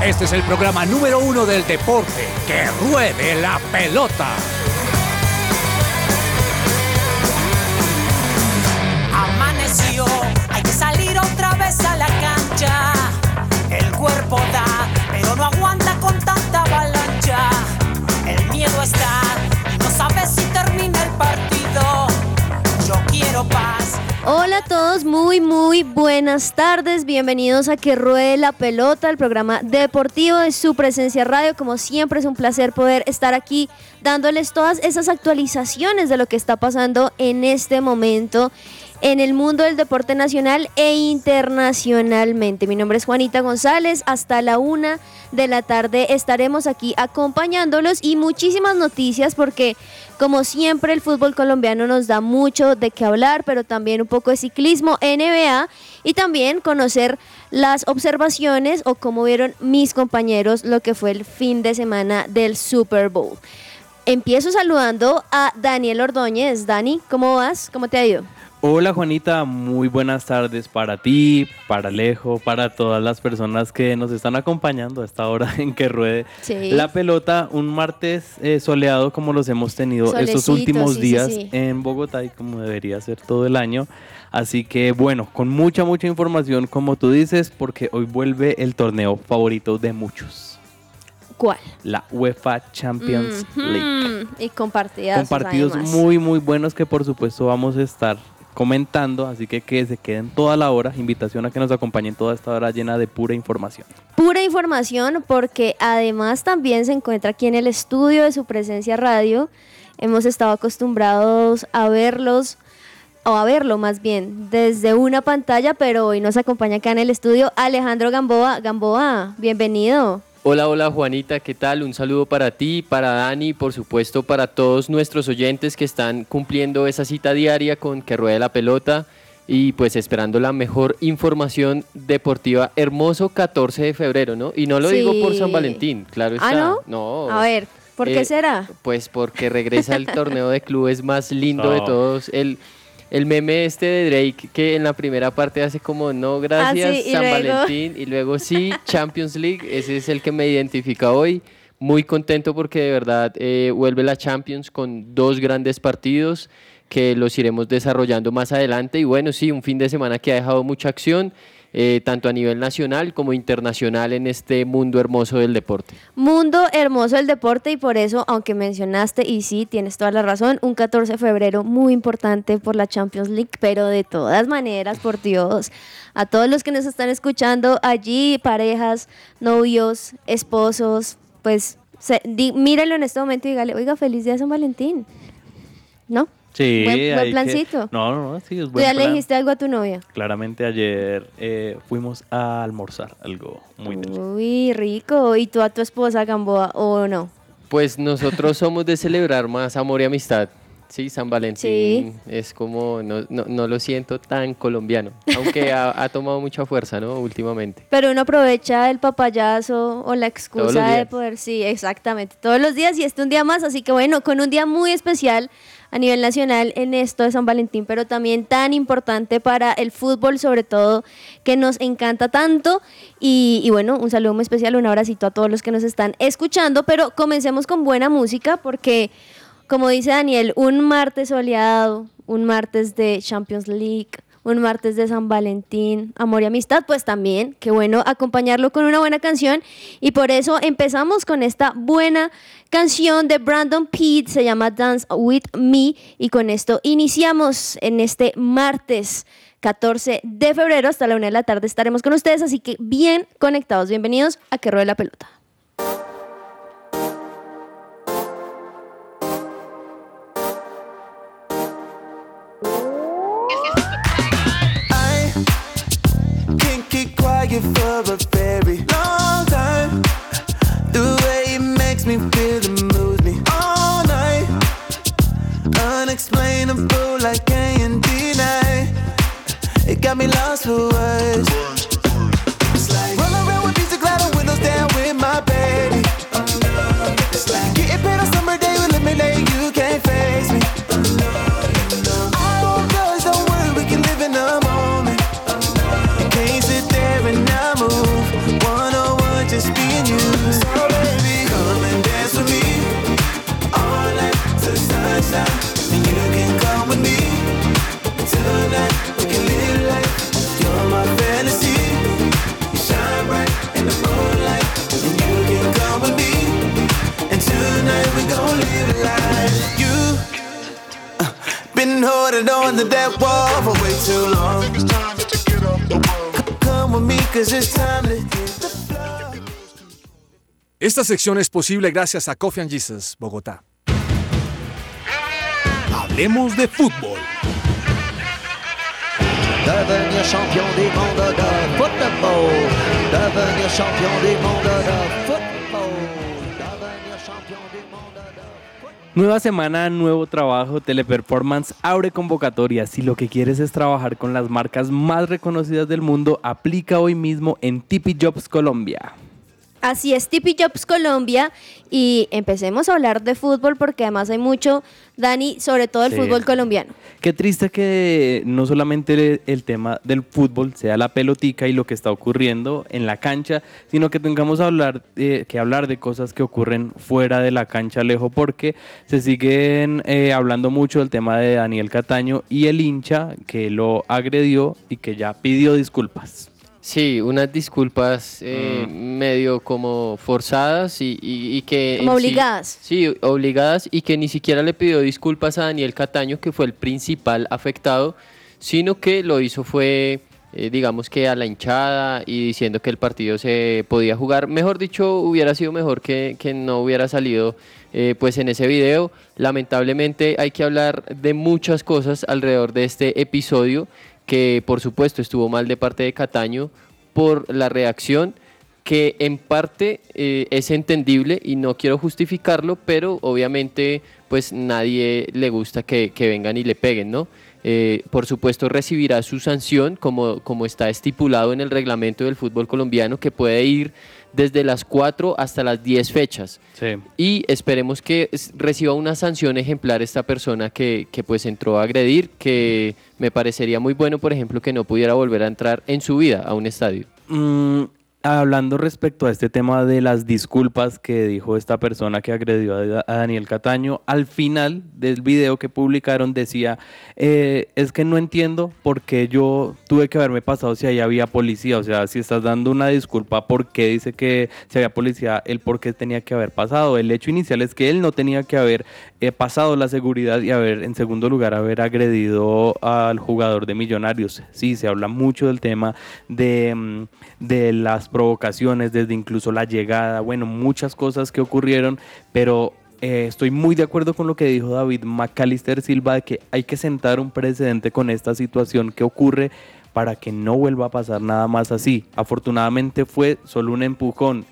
Este es el programa número 1 del deporte. ¡Que ruede la pelota! Amaneció, hay que salir otra vez a la cancha. El cuerpo da, pero no aguanta con tanta avalancha. El miedo está y no sabes si termina el partido. Yo quiero paz. Hola a todos, muy buenas tardes, bienvenidos a Que Ruede la Pelota, el programa deportivo de Su Presencia Radio. Como siempre es un placer poder estar aquí dándoles todas esas actualizaciones de lo que está pasando en este momento en el mundo del deporte nacional e internacionalmente. Mi nombre es Juanita González, hasta la 1 de la tarde estaremos aquí acompañándolos y muchísimas noticias porque como siempre el fútbol colombiano nos da mucho de qué hablar, pero también un poco de ciclismo, NBA y también conocer las observaciones o cómo vieron mis compañeros lo que fue el fin de semana del Super Bowl. Empiezo saludando a Daniel Ordóñez. Dani, ¿cómo vas? ¿Cómo te ha ido? Hola Juanita, muy buenas tardes para ti, para Alejo, para todas las personas que nos están acompañando a esta hora en Que Ruede la Pelota. Un martes soleado como los hemos tenido Solecito, estos últimos días sí. en Bogotá y como debería ser todo el año. Así que bueno, con mucha información como tú dices, porque hoy vuelve el torneo favorito de muchos. ¿Cuál? La UEFA Champions League. Y con partidos muy buenos que por supuesto vamos a estar comentando, así que se queden toda la hora. Invitación a que nos acompañen toda esta hora llena de pura información. Pura información, porque además también se encuentra aquí en el estudio de Su Presencia Radio. Hemos estado acostumbrados a verlos, o a verlo más bien, desde una pantalla, pero hoy nos acompaña acá en el estudio Alejandro Gamboa. Gamboa, bienvenido. Hola Juanita, ¿qué tal? Un saludo para ti, para Dani y por supuesto para todos nuestros oyentes que están cumpliendo esa cita diaria con Que Ruede la Pelota y pues esperando la mejor información deportiva. Hermoso 14 de febrero, ¿no? Y no lo digo por San Valentín, claro está. ¿Ah, no? No. A ver, ¿por qué será? Pues porque regresa el torneo de clubes más lindo de todos. El meme de Drake que en la primera parte hace como no gracias, San Valentín, y luego sí, Champions League, ese es el que me identifica hoy. Muy contento porque de verdad vuelve la Champions con 2 grandes partidos que los iremos desarrollando más adelante. Y bueno, sí, un fin de semana que ha dejado mucha acción, tanto a nivel nacional como internacional en este mundo hermoso del deporte. Mundo hermoso del deporte, y por eso, aunque mencionaste, y sí, tienes toda la razón, un 14 de febrero muy importante por la Champions League, pero de todas maneras, por Dios, a todos los que nos están escuchando allí, parejas, novios, esposos, pues mírenlo en este momento y dígale, oiga, feliz día de San Valentín, ¿no? Sí, buen plancito. No, sí, es buen ¿Tú ya plan. le dijiste algo a tu novia? Claramente ayer fuimos a almorzar, algo muy delicioso. Uy, rico. ¿Y tú a tu esposa, Gamboa, o no? Pues nosotros somos de celebrar más amor y amistad. Sí, San Valentín es como, no lo siento tan colombiano, aunque ha tomado mucha fuerza, ¿no? Últimamente. Pero uno aprovecha el papayazo o la excusa de poder, sí, exactamente, todos los días y un día más, así que bueno, con un día muy especial a nivel nacional en esto de San Valentín, pero también tan importante para el fútbol, sobre todo, que nos encanta tanto. Y bueno, un saludo muy especial, un abracito a todos los que nos están escuchando, pero comencemos con buena música porque, como dice Daniel, un martes soleado, un martes de Champions League, un martes de San Valentín, amor y amistad, pues también, qué bueno acompañarlo con una buena canción, y por eso empezamos con esta buena canción de Brandon Peet, se llama Dance With Me, y con esto iniciamos en este martes 14 de febrero, hasta la 1 de la tarde estaremos con ustedes, así que bien conectados, bienvenidos a Que Ruede la Pelota. For a very long time, the way it makes me feel and moves me all night, unexplainable, I can't deny. It got me lost for words. It's like roll around with pizza, glide the windows down with my baby. It's like getting paid on summer day, eliminate you can't face me. All girls, don't worry, we can live in the moment. Can't sit there and not move. 101, just being 'cause it's time to hit the floor. Esta sección es posible gracias a Coffee and Jesus, Bogotá. Hablemos de fútbol. Devenir champion du monde de football. Devenir champion du monde de football. Devenir champion du monde de football. Nueva semana, nuevo trabajo. Teleperformance abre convocatorias. Si lo que quieres es trabajar con las marcas más reconocidas del mundo, aplica hoy mismo en TP Jobs Colombia. Así es, TP Jobs Colombia, y empecemos a hablar de fútbol porque además hay mucho, Dani, sobre todo el fútbol colombiano. Qué triste que no solamente el tema del fútbol sea la pelotica y lo que está ocurriendo en la cancha, sino que tengamos hablar de cosas que ocurren fuera de la cancha, Alejo, porque se siguen hablando mucho del tema de Daniel Cataño y el hincha que lo agredió y que ya pidió disculpas. Sí, unas disculpas medio como forzadas y que... Como obligadas. Sí, obligadas, y que ni siquiera le pidió disculpas a Daniel Cataño, que fue el principal afectado, sino que lo hizo fue, digamos que a la hinchada y diciendo que el partido se podía jugar. Mejor dicho, hubiera sido mejor que no hubiera salido pues en ese video. Lamentablemente hay que hablar de muchas cosas alrededor de este episodio, que por supuesto estuvo mal de parte de Cataño por la reacción, que en parte es entendible y no quiero justificarlo, pero obviamente pues nadie le gusta que vengan y le peguen, ¿no? Por supuesto recibirá su sanción como está estipulado en el reglamento del fútbol colombiano, que puede ir desde las 4 hasta las 10 fechas. Sí. Y esperemos que reciba una sanción ejemplar esta persona que pues entró a agredir, que me parecería muy bueno, por ejemplo, que no pudiera volver a entrar en su vida a un estadio. Hablando respecto a este tema de las disculpas que dijo esta persona que agredió a Daniel Cataño, al final del video que publicaron decía, es que no entiendo por qué yo tuve que haberme pasado si ahí había policía. O sea, si estás dando una disculpa, ¿por qué dice que si había policía, él por qué tenía que haber pasado? El hecho inicial es que él no tenía que haber pasado la seguridad y en segundo lugar, haber agredido al jugador de Millonarios. Sí, se habla mucho del tema de las provocaciones, desde incluso la llegada, bueno, muchas cosas que ocurrieron, pero estoy muy de acuerdo con lo que dijo David Macalister Silva, de que hay que sentar un precedente con esta situación que ocurre para que no vuelva a pasar nada más así. Afortunadamente fue solo un empujón.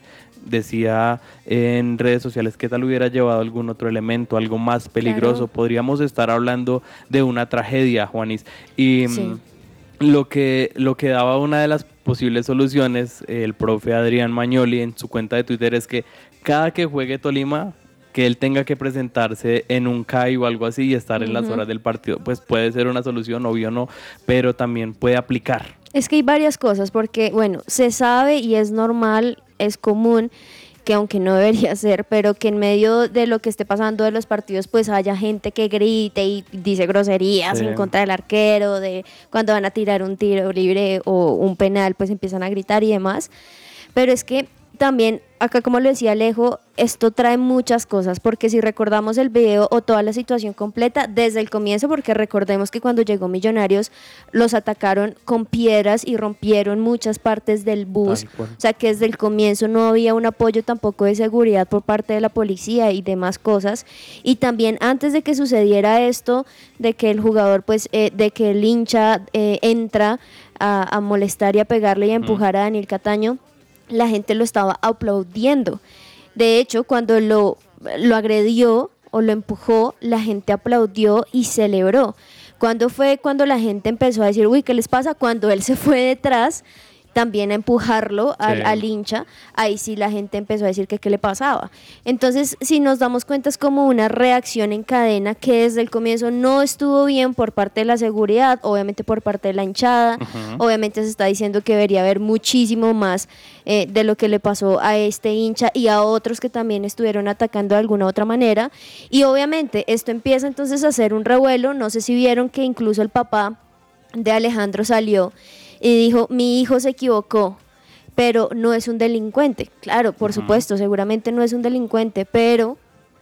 Decía en redes sociales que tal hubiera llevado algún otro elemento, algo más peligroso. Claro. Podríamos estar hablando de una tragedia, Juanis. Y sí. Lo que daba una de las posibles soluciones, el profe Adrián Magnoli en su cuenta de Twitter, es que cada que juegue Tolima, que él tenga que presentarse en un CAI o algo así y estar en las horas del partido. Pues puede ser una solución, obvio no, pero también puede aplicar. Es que hay varias cosas, porque bueno, se sabe y es normal, es común, que aunque no debería ser, pero que en medio de lo que esté pasando de los partidos, pues haya gente que grite y dice groserías en contra del arquero, de cuando van a tirar un tiro libre o un penal, pues empiezan a gritar y demás. Pero es que también, acá como lo decía Alejo, esto trae muchas cosas, porque si recordamos el video o toda la situación completa desde el comienzo, porque recordemos que cuando llegó Millonarios los atacaron con piedras y rompieron muchas partes del bus, o sea que desde el comienzo no había un apoyo tampoco de seguridad por parte de la policía y demás cosas. Y también antes de que sucediera esto, de que el jugador, pues, de que el hincha entra a molestar y a pegarle y a empujar a Daniel Cataño, la gente lo estaba aplaudiendo. De hecho, cuando lo agredió o lo empujó, la gente aplaudió y celebró. ¿Cuándo fue cuando la gente empezó a decir, uy, ¿qué les pasa? Cuando él se fue detrás también a empujarlo al hincha, ahí sí la gente empezó a decir que qué le pasaba. Entonces, si nos damos cuenta, es como una reacción en cadena que desde el comienzo no estuvo bien por parte de la seguridad, obviamente por parte de la hinchada, obviamente se está diciendo que debería haber muchísimo más de lo que le pasó a este hincha y a otros que también estuvieron atacando de alguna otra manera, y obviamente esto empieza entonces a hacer un revuelo. No sé si vieron que incluso el papá de Alejandro salió y dijo, mi hijo se equivocó, pero no es un delincuente. Claro, por supuesto, seguramente no es un delincuente, pero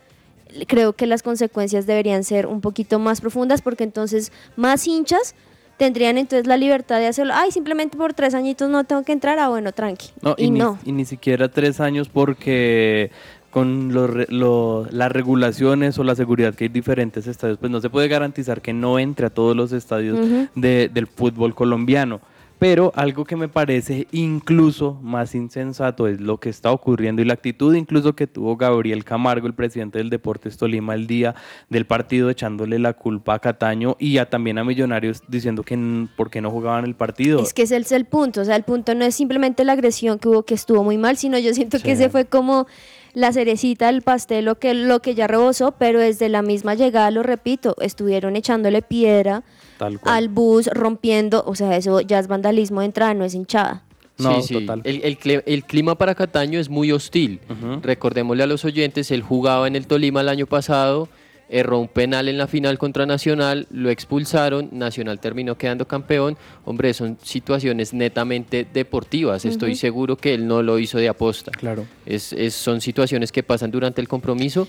creo que las consecuencias deberían ser un poquito más profundas, porque entonces más hinchas tendrían entonces la libertad de hacerlo. Ay, simplemente por 3 añitos no tengo que entrar, bueno, tranqui. No, y ni siquiera 3 años porque con las regulaciones o la seguridad que hay en diferentes estadios, pues no se puede garantizar que no entre a todos los estadios del fútbol colombiano. Pero algo que me parece incluso más insensato es lo que está ocurriendo y la actitud incluso que tuvo Gabriel Camargo, el presidente del Deportes Tolima, el día del partido, echándole la culpa a Cataño y también a Millonarios, diciendo que por qué no jugaban el partido. Es que ese es el punto, o sea, el punto no es simplemente la agresión que hubo, que estuvo muy mal, sino yo siento que ese fue como la cerecita del pastel, lo que ya rebosó, pero desde la misma llegada, lo repito, estuvieron echándole piedra al bus, rompiendo, o sea, eso ya es vandalismo de entrada, no es hinchada. No, sí. Total. El clima para Cataño es muy hostil. Recordémosle a los oyentes, él jugaba en el Tolima el año pasado, erró un penal en la final contra Nacional, lo expulsaron, Nacional terminó quedando campeón. Hombre, son situaciones netamente deportivas, estoy seguro que él no lo hizo de aposta. Claro. Son situaciones que pasan durante el compromiso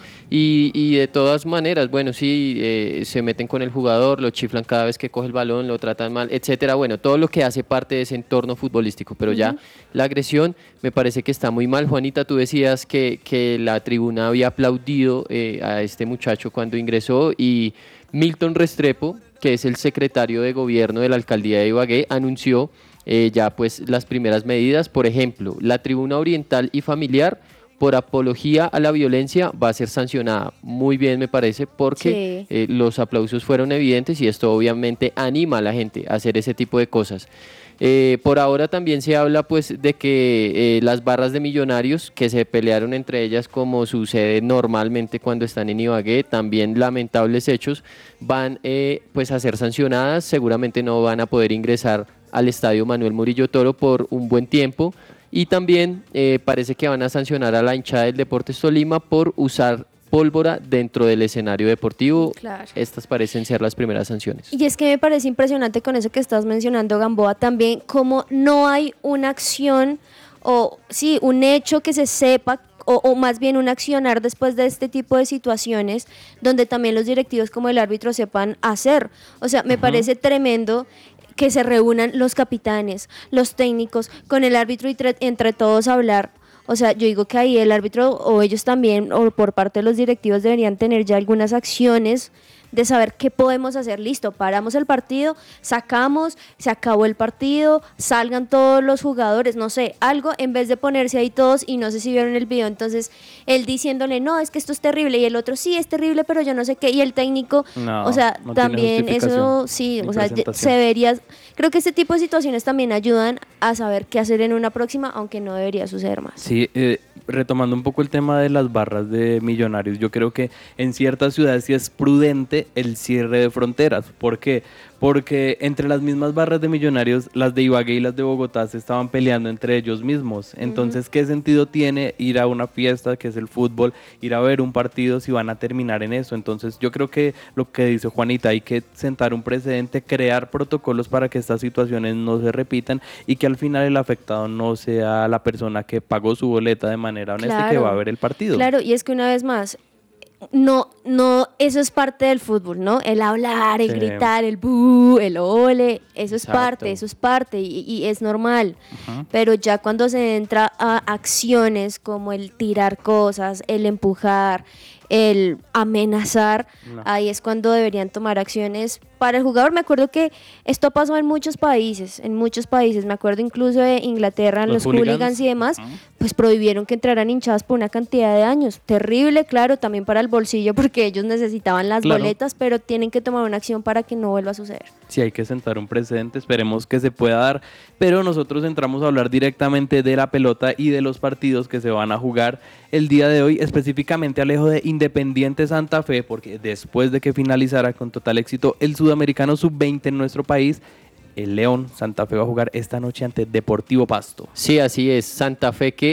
y de todas maneras, bueno, sí, se meten con el jugador, lo chiflan cada vez que coge el balón, lo tratan mal, etcétera. Bueno, todo lo que hace parte de ese entorno futbolístico, pero ya la agresión me parece que está muy mal. Juanita, tú decías que la tribuna había aplaudido a este muchacho cuando ingresó y Milton Restrepo, que es el secretario de gobierno de la alcaldía de Ibagué, anunció ya pues las primeras medidas. Por ejemplo, la tribuna oriental y familiar por apología a la violencia va a ser sancionada. Muy bien, me parece, porque los aplausos fueron evidentes y esto obviamente anima a la gente a hacer ese tipo de cosas. Por ahora también se habla pues de que las barras de Millonarios que se pelearon entre ellas, como sucede normalmente cuando están en Ibagué, también lamentables hechos, van pues a ser sancionadas. Seguramente no van a poder ingresar al estadio Manuel Murillo Toro por un buen tiempo y también parece que van a sancionar a la hinchada del Deportes Tolima por usar pólvora dentro del escenario deportivo. Claro. Estas parecen ser las primeras sanciones. Y es que me parece impresionante con eso que estás mencionando, Gamboa, también como no hay una acción o sí, un hecho que se sepa o más bien un accionar después de este tipo de situaciones donde también los directivos como el árbitro sepan hacer. O sea, me parece tremendo que se reúnan los capitanes, los técnicos, con el árbitro y entre todos hablar. O sea, yo digo que ahí el árbitro o ellos también, o por parte de los directivos, deberían tener ya algunas acciones de saber qué podemos hacer. Listo, paramos el partido, sacamos, se acabó el partido, salgan todos los jugadores, no sé, algo, en vez de ponerse ahí todos, y no sé si vieron el video, entonces él diciéndole, no, es que esto es terrible, y el otro, sí, es terrible, pero yo no sé qué, y el técnico, o sea, no también eso, sí, o sea, se vería, creo que este tipo de situaciones también ayudan a saber qué hacer en una próxima, aunque no debería suceder más. Sí, retomando un poco el tema de las barras de Millonarios, yo creo que en ciertas ciudades sí es prudente el cierre de fronteras. ¿Por qué? Porque entre las mismas barras de Millonarios, las de Ibagué y las de Bogotá se estaban peleando entre ellos mismos. Entonces, ¿qué sentido tiene ir a una fiesta que es el fútbol, ir a ver un partido si van a terminar en eso? Entonces, yo creo que lo que dice Juanita, hay que sentar un precedente, crear protocolos para que estas situaciones no se repitan y que al final el afectado no sea la persona que pagó su boleta de manera honesta y que va a ver el partido. Claro, y es que una vez más, no, eso es parte del fútbol, ¿no? El hablar, el gritar, el bu, el ole, eso es parte y es normal. Pero ya cuando se entra a acciones como el tirar cosas, el empujar, el amenazar, ahí es cuando deberían tomar acciones para el jugador. Me acuerdo que esto pasó en muchos países, me acuerdo incluso de Inglaterra, en los hooligans y demás, pues prohibieron que entraran hinchadas por una cantidad de años. Terrible, claro, también para el bolsillo, porque ellos necesitaban las boletas, pero tienen que tomar una acción para que no vuelva a suceder. Sí, hay que sentar un precedente, esperemos que se pueda dar, pero nosotros entramos a hablar directamente de la pelota y de los partidos que se van a jugar el día de hoy, específicamente Alejo, de Independiente Santa Fe, porque después de que finalizara con total éxito el Sudamericano Sub-20 en nuestro país, el León Santa Fe va a jugar esta noche ante Deportivo Pasto. Sí, así es. Santa Fe que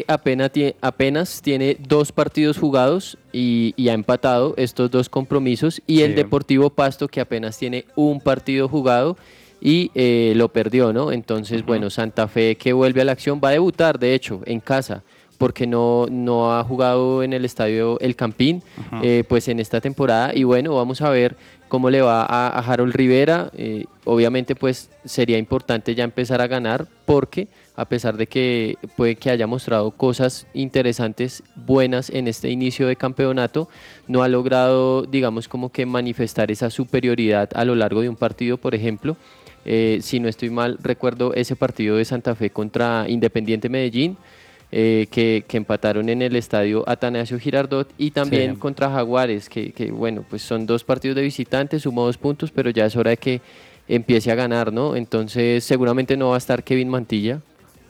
apenas tiene 2 partidos jugados y ha empatado estos 2 compromisos, y el Deportivo Pasto que apenas tiene un partido jugado y lo perdió, ¿no? Entonces, bueno, Santa Fe que vuelve a la acción, va a debutar, de hecho, en casa, porque no ha jugado en el estadio El Campín pues en esta temporada, y bueno, vamos a ver cómo le va a Harold Rivera. Obviamente pues sería importante ya empezar a ganar, porque a pesar de que puede que haya mostrado cosas interesantes, buenas en este inicio de campeonato, no ha logrado, digamos, como que manifestar esa superioridad a lo largo de un partido. Por ejemplo, si no estoy mal, recuerdo ese partido de Santa Fe contra Independiente Medellín, que empataron en el estadio Atanasio Girardot, y también contra Jaguares, que bueno, pues son 2 partidos de visitantes, sumó 2 puntos, pero ya es hora de que empiece a ganar, ¿no? Entonces seguramente no va a estar Kevin Mantilla,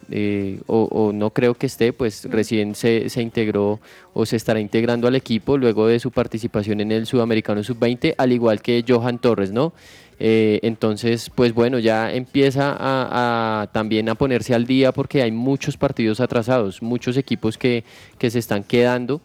o no creo que esté, pues recién se integró o se estará integrando al equipo luego de su participación en el Sudamericano Sub-20, al igual que Johan Torres, ¿no? Entonces, pues bueno, ya empieza también a ponerse al día, porque hay muchos partidos atrasados, muchos equipos que se están quedando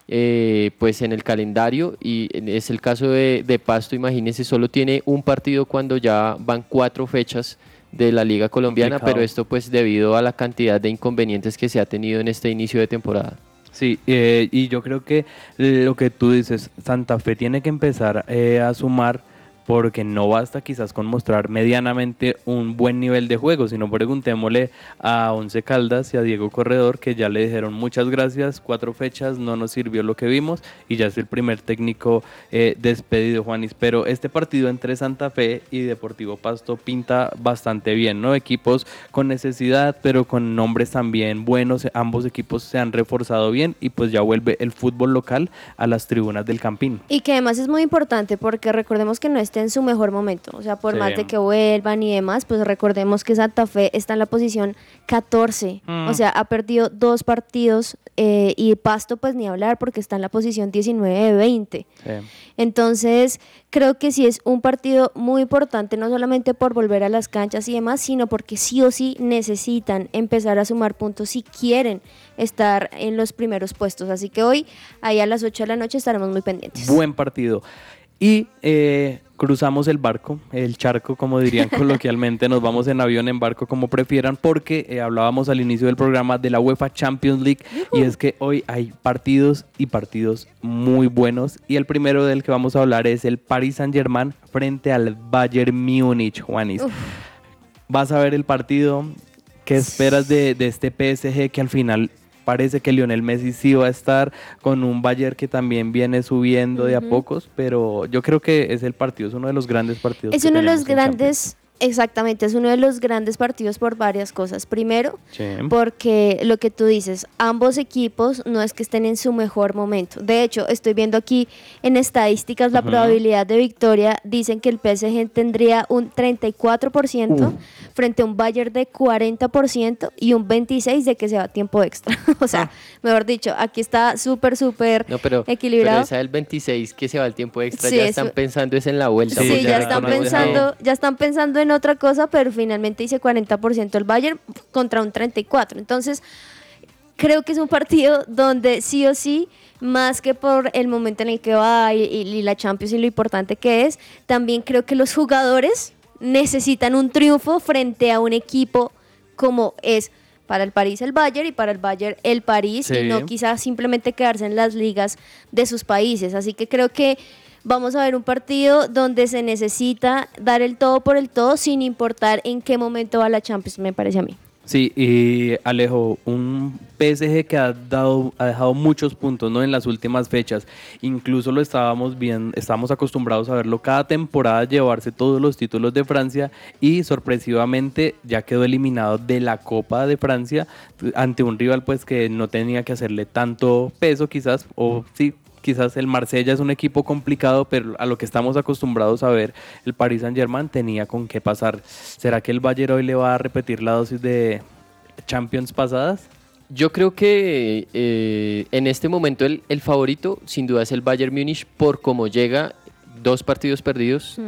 pues en el calendario, y es el caso de Pasto. Imagínense, solo tiene un partido cuando ya van 4 fechas de la Liga Colombiana, complicado. Pero esto pues debido a la cantidad de inconvenientes que se ha tenido en este inicio de temporada. Sí, y yo creo que lo que tú dices, Santa Fe tiene que empezar a sumar, porque no basta quizás con mostrar medianamente un buen nivel de juego, sino preguntémosle a Once Caldas y a Diego Corredor, que ya le dijeron muchas gracias, 4 fechas, no nos sirvió lo que vimos, y ya es el primer técnico despedido, Juanis. Pero este partido entre Santa Fe y Deportivo Pasto pinta bastante bien, ¿no? Equipos con necesidad, pero con nombres también buenos, ambos equipos se han reforzado bien, y pues ya vuelve el fútbol local a las tribunas del Campín. Y que además es muy importante, porque recordemos que no en su mejor momento, o sea, por más de que vuelvan y demás, pues recordemos que Santa Fe está en la posición 14, o sea, ha perdido 2 partidos, y Pasto pues ni hablar, porque está en la posición 19 de 20. Entonces creo que sí es un partido muy importante, no solamente por volver a las canchas y demás, sino porque sí o sí necesitan empezar a sumar puntos si quieren estar en los primeros puestos. Así que hoy, ahí a las 8 de la noche, estaremos muy pendientes. Buen partido. Y cruzamos el charco, como dirían coloquialmente, nos vamos en avión, en barco, como prefieran, porque hablábamos al inicio del programa de la UEFA Champions League, y es que hoy hay partidos y partidos muy buenos, y el primero del que vamos a hablar es el Paris Saint-Germain frente al Bayern Múnich, Juanis. Vas a ver el partido, ¿qué esperas de este PSG que al final parece que Lionel Messi sí va a estar, con un Bayern que también viene subiendo de a pocos? Pero yo creo que es uno de los grandes partidos. Es uno de los grandes, exactamente, es uno de los grandes partidos por varias cosas. Primero, porque lo que tú dices, ambos equipos no es que estén en su mejor momento. De hecho, estoy viendo aquí en estadísticas la probabilidad de victoria, dicen que el PSG tendría un 34% frente a un Bayern de 40% y un 26% de que se va a tiempo extra. O sea, mejor dicho, aquí está súper equilibrado. Pero esa del 26 que se va al tiempo extra, sí, ya están pensando es en la vuelta. Sí, ya están pensando en otra cosa, pero finalmente dice 40% el Bayern contra un 34%. Entonces, creo que es un partido donde sí o sí, más que por el momento en el que va y la Champions y lo importante que es, también creo que los jugadores necesitan un triunfo frente a un equipo como es para el París el Bayern y para el Bayern el París, y no quizás simplemente quedarse en las ligas de sus países. Así que creo que vamos a ver un partido donde se necesita dar el todo por el todo, sin importar en qué momento va la Champions, me parece a mí. Sí, y Alejo, un PSG que ha dejado muchos puntos, ¿no?, en las últimas fechas. Incluso lo estábamos acostumbrados a verlo cada temporada llevarse todos los títulos de Francia, y sorpresivamente ya quedó eliminado de la Copa de Francia ante un rival pues que no tenía que hacerle tanto peso quizás, o sí, quizás el Marsella es un equipo complicado, pero a lo que estamos acostumbrados a ver, el Paris Saint-Germain tenía con qué pasar. ¿Será que el Bayern hoy le va a repetir la dosis de Champions pasadas? Yo creo que en este momento el favorito sin duda es el Bayern Múnich, por cómo llega, 2 partidos perdidos,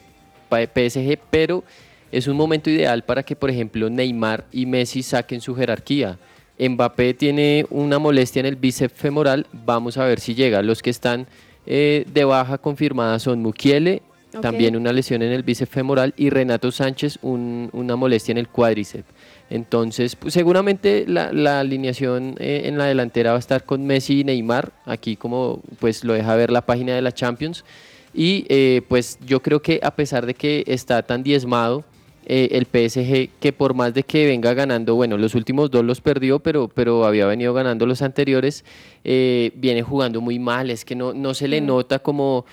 PSG, pero es un momento ideal para que, por ejemplo, Neymar y Messi saquen su jerarquía. Mbappé tiene una molestia en el bíceps femoral, vamos a ver si llega. Los que están de baja confirmada son Mukiele, también una lesión en el bíceps femoral, y Renato Sánchez, una molestia en el cuádriceps. Entonces, pues, seguramente la alineación en la delantera va a estar con Messi y Neymar, aquí como pues lo deja ver la página de la Champions. Y pues yo creo que a pesar de que está tan diezmado, el PSG, que por más de que venga ganando, bueno, los últimos 2 los perdió, pero había venido ganando los anteriores, viene jugando muy mal, es que no se le nota como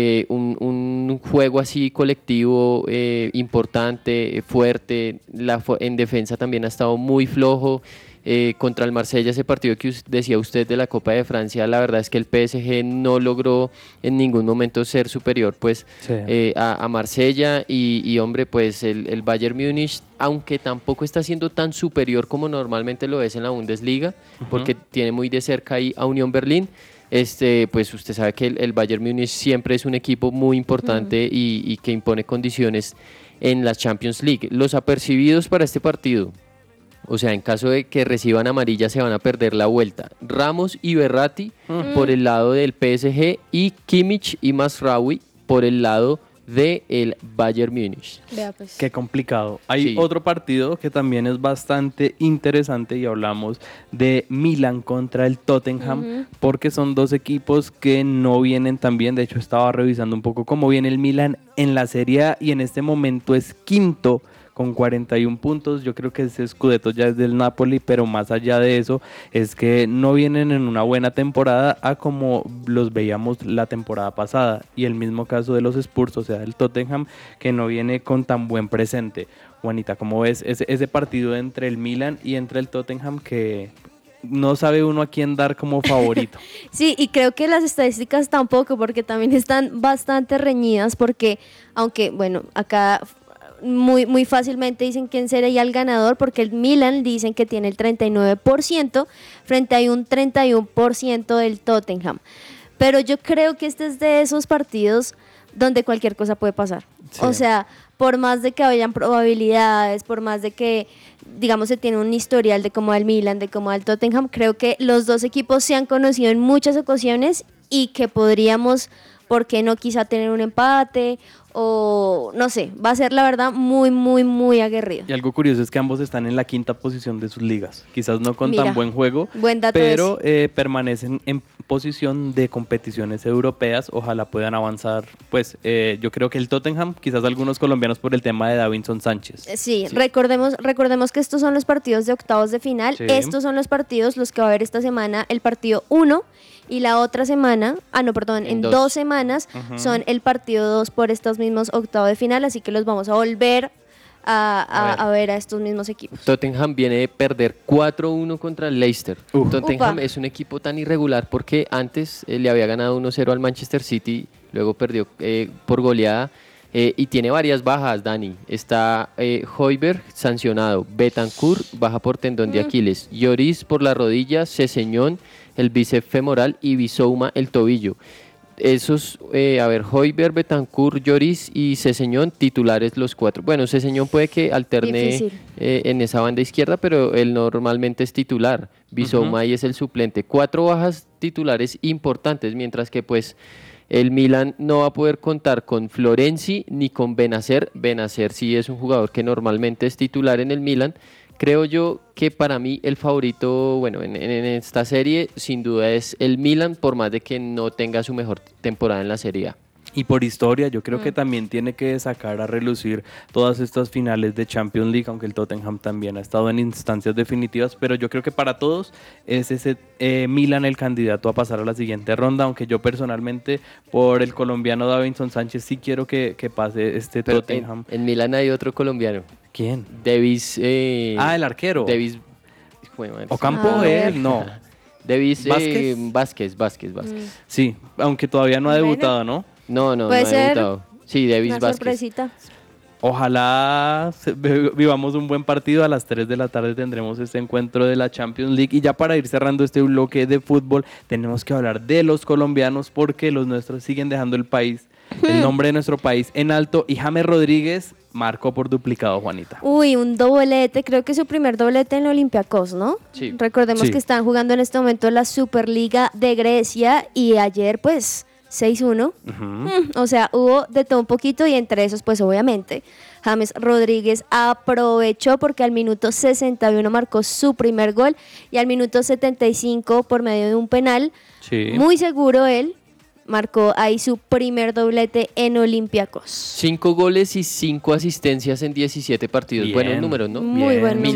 un juego así colectivo importante, fuerte. En defensa también ha estado muy flojo. Contra el Marsella, ese partido que decía usted de la Copa de Francia, la verdad es que el PSG no logró en ningún momento ser superior pues a Marsella y hombre, pues el Bayern Múnich, aunque tampoco está siendo tan superior como normalmente lo es en la Bundesliga, porque tiene muy de cerca ahí a Unión Berlín. Pues usted sabe que el Bayern Múnich siempre es un equipo muy importante y que impone condiciones en la Champions League. Los apercibidos para este partido, o sea, en caso de que reciban amarilla se van a perder la vuelta. Ramos y Verratti por el lado del PSG y Kimmich y Mazraoui por el lado del Bayern Múnich. Vea pues. Qué complicado. Hay otro partido que también es bastante interesante y hablamos de Milan contra el Tottenham, porque son 2 equipos que no vienen tan bien. De hecho, estaba revisando un poco cómo viene el Milan en la Serie A y en este momento es quinto con 41 puntos. Yo creo que ese Scudetto ya es del Napoli, pero más allá de eso es que no vienen en una buena temporada a como los veíamos la temporada pasada, y el mismo caso de los Spurs, o sea, el Tottenham, que no viene con tan buen presente. Juanita, ¿cómo ves ese partido entre el Milan y entre el Tottenham, que no sabe uno a quién dar como favorito? Sí, y creo que las estadísticas tampoco, porque también están bastante reñidas, porque aunque, bueno, acá muy fácilmente dicen quién sería el ganador, porque el Milan dicen que tiene el 39% frente a un 31% del Tottenham. Pero yo creo que este es de esos partidos donde cualquier cosa puede pasar. Sí. O sea, por más de que hayan probabilidades, por más de que, digamos, se tiene un historial de cómo va el Milan, de cómo va el Tottenham, creo que los 2 equipos se han conocido en muchas ocasiones y que podríamos, ¿por qué no quizá tener un empate? O no sé, va a ser la verdad muy aguerrido. Y algo curioso es que ambos están en la 5ª posición de sus ligas, quizás no con tan buen juego, pero permanecen en posición de competiciones europeas. Ojalá puedan avanzar, pues yo creo que el Tottenham, quizás algunos colombianos por el tema de Davinson Sánchez. Sí. Recordemos que estos son los partidos de octavos de final. Sí. Estos son los partidos los que va a haber esta semana, el partido 1, y la otra semana, en 2 semanas son el partido 2 por estos mismos octavos de final, así que los vamos a volver a ver a estos mismos equipos. Tottenham viene de perder 4-1 contra el Leicester. Tottenham es un equipo tan irregular porque antes le había ganado 1-0 al Manchester City, luego perdió por goleada. Y tiene varias bajas, Dani. Está Højbjerg sancionado, Bentancur baja por tendón de Aquiles, Lloris por la rodilla, Sessegnon el bíceps femoral y Bissouma el tobillo. Esos, Højbjerg, Bentancur, Lloris y Sessegnon, titulares los 4. Bueno, Sessegnon puede que alterne en esa banda izquierda, pero él normalmente es titular. Bissouma ahí es el suplente. 4 bajas titulares importantes, mientras que pues el Milan no va a poder contar con Florenzi ni con Benacer. Benacer sí es un jugador que normalmente es titular en el Milan. Creo yo que para mí el favorito, bueno, en esta serie sin duda es el Milan, por más de que no tenga su mejor temporada en la Serie A. Y por historia, yo creo que también tiene que sacar a relucir todas estas finales de Champions League, aunque el Tottenham también ha estado en instancias definitivas, pero yo creo que para todos es ese Milan el candidato a pasar a la siguiente ronda, aunque yo personalmente por el colombiano Davinson Sánchez sí quiero que pase pero Tottenham. En Milan hay otro colombiano. ¿Quién? Davis. El arquero. Davis. Ocampo, él, no. Davis Vázquez. Sí, aunque todavía no ha debutado, ¿no? No ha debutado. Sí, Davis Vázquez. Sorpresita. Ojalá vivamos un buen partido. A las 3 de la tarde tendremos este encuentro de la Champions League. Y ya para ir cerrando este bloque de fútbol, tenemos que hablar de los colombianos, porque los nuestros siguen dejando el país, el nombre de nuestro país en alto. Y James Rodríguez marcó por duplicado, Juanita. Uy, un doblete, creo que su primer doblete en el Olympiacos, ¿no? Sí. Recordemos que están jugando en este momento la Superliga de Grecia y ayer pues 6-1, o sea, hubo de todo un poquito, y entre esos pues obviamente James Rodríguez aprovechó porque al minuto 61 marcó su primer gol y al minuto 75 por medio de un penal, muy seguro él, marcó ahí su primer doblete en Olympiacos. 5 goles y 5 asistencias en 17 partidos. Bien. Buenos números, ¿no? Muy bien. Buen número.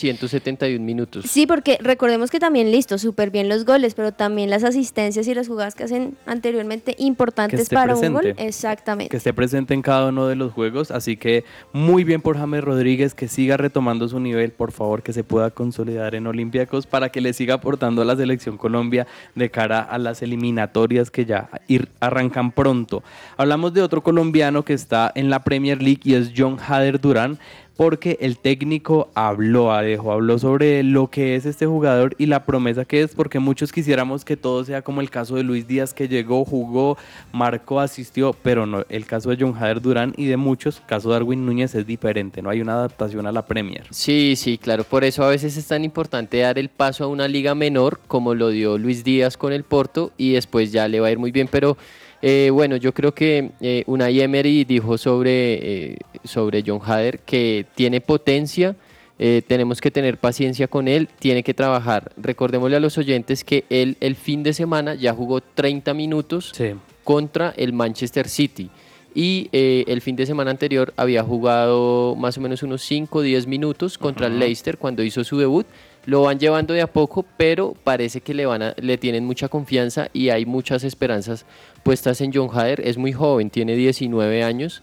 1771 minutos. Sí, porque recordemos que también súper bien los goles, pero también las asistencias y las jugadas que hacen anteriormente importantes para un gol. Exactamente. Que esté presente en cada uno de los juegos, así que muy bien por James Rodríguez, que siga retomando su nivel, por favor, que se pueda consolidar en Olympiacos para que le siga aportando a la selección Colombia de cara a las eliminatorias que ya arrancan pronto. Hablamos de otro colombiano que está en la Premier League y es Jon Hader Durán, porque el técnico habló sobre lo que es este jugador y la promesa que es, porque muchos quisiéramos que todo sea como el caso de Luis Díaz, que llegó, jugó, marcó, asistió, pero no, el caso de Jon Hader Durán y de muchos, caso de Darwin Núñez es diferente, no hay una adaptación a la Premier. Sí, claro, por eso a veces es tan importante dar el paso a una liga menor, como lo dio Luis Díaz con el Porto, y después ya le va a ir muy bien, pero bueno, yo creo que Unai Emery dijo sobre Jon Hader que tiene potencia, tenemos que tener paciencia con él, tiene que trabajar. Recordémosle a los oyentes que él el fin de semana ya jugó 30 minutos contra el Manchester City y el fin de semana anterior había jugado más o menos unos 5 o 10 minutos contra el Leicester cuando hizo su debut. Lo van llevando de a poco, pero parece que le tienen mucha confianza y hay muchas esperanzas puestas en Jon Hader. Es muy joven, tiene 19 años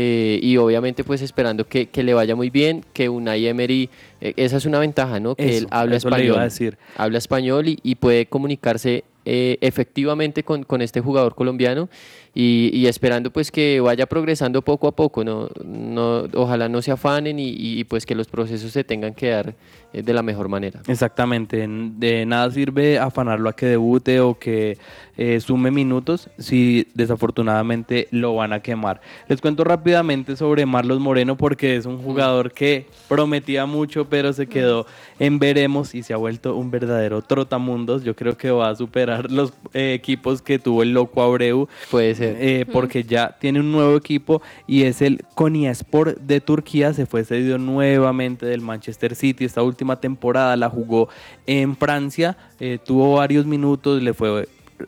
y obviamente pues esperando que le vaya muy bien, que Unai Emery, esa es una ventaja, ¿no? Que él habla español, habla español y puede comunicarse efectivamente con este jugador colombiano y esperando pues que vaya progresando poco a poco, no, ojalá no se afanen y pues que los procesos se tengan que dar de la mejor manera. Exactamente, de nada sirve afanarlo a que debute o que sume minutos si desafortunadamente lo van a quemar. Les cuento rápidamente sobre Marlos Moreno, porque es un jugador que prometía mucho pero se quedó en veremos y se ha vuelto un verdadero trotamundos. Yo creo que va a superar los equipos que tuvo el Loco Abreu. Puede ser. Porque ya tiene un nuevo equipo y es el Konyaspor de Turquía. Se fue cedido nuevamente del Manchester City. Esta última temporada la jugó en Francia, tuvo varios minutos, le fue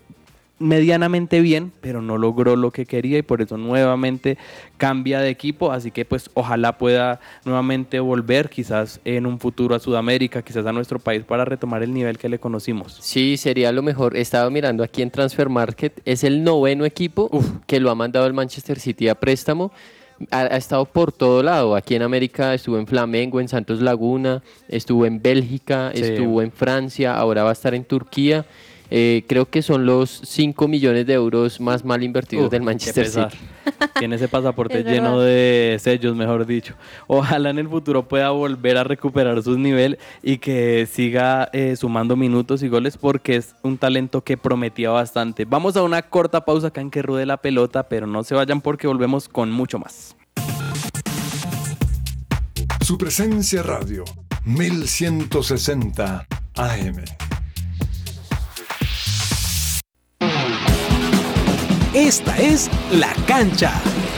medianamente bien, pero no logró lo que quería y por eso nuevamente cambia de equipo, así que pues ojalá pueda nuevamente volver quizás en un futuro a Sudamérica, quizás a nuestro país para retomar el nivel que le conocimos. Sí, sería lo mejor. He estado mirando aquí en Transfer Market, es el 9º equipo que lo ha mandado el Manchester City a préstamo. Ha estado por todo lado, aquí en América estuvo en Flamengo, en Santos Laguna, estuvo en Bélgica, estuvo en Francia, ahora va a estar en Turquía. Creo que son los 5 millones de euros más mal invertidos del Manchester City. Tiene ese pasaporte lleno de sellos, mejor dicho. Ojalá en el futuro pueda volver a recuperar su nivel y que siga sumando minutos y goles, porque es un talento que prometía bastante. Vamos a una corta pausa acá en Que Ruede la Pelota, pero no se vayan porque volvemos con mucho más. Su presencia radio, 1160 AM. Esta es La Cancha.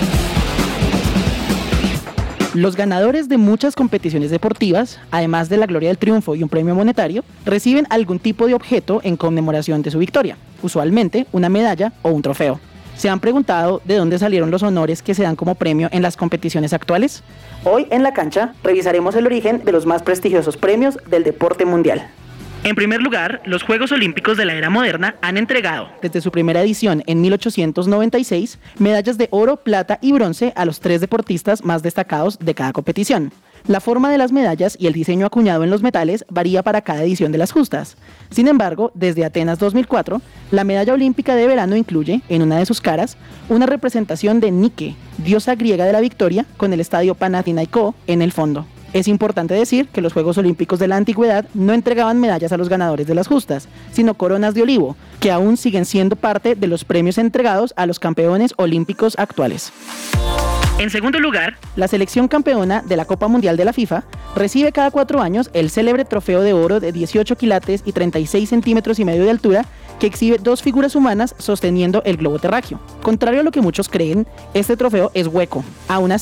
Los ganadores de muchas competiciones deportivas, además de la gloria del triunfo y un premio monetario, reciben algún tipo de objeto en conmemoración de su victoria, usualmente una medalla o un trofeo. ¿Se han preguntado de dónde salieron los honores que se dan como premio en las competiciones actuales? Hoy en La Cancha revisaremos el origen de los más prestigiosos premios del deporte mundial. En primer lugar, los Juegos Olímpicos de la era moderna han entregado, desde su primera edición en 1896, medallas de oro, plata y bronce a los 3 deportistas más destacados de cada competición. La forma de las medallas y el diseño acuñado en los metales varía para cada edición de las justas. Sin embargo, desde Atenas 2004, la medalla olímpica de verano incluye, en una de sus caras, una representación de Nike, diosa griega de la victoria, con el estadio Panathinaikó en el fondo. Es importante decir que los Juegos Olímpicos de la antigüedad no entregaban medallas a los ganadores de las justas, sino coronas de olivo, que aún siguen siendo parte de los premios entregados a los campeones olímpicos actuales. En segundo lugar, la selección campeona de la Copa Mundial de la FIFA recibe cada 4 años el célebre trofeo de oro de 18 quilates y 36 centímetros y medio de altura, que exhibe 2 figuras humanas sosteniendo el globo terráqueo. Contrario a lo que muchos creen, este trofeo es hueco. Aún así,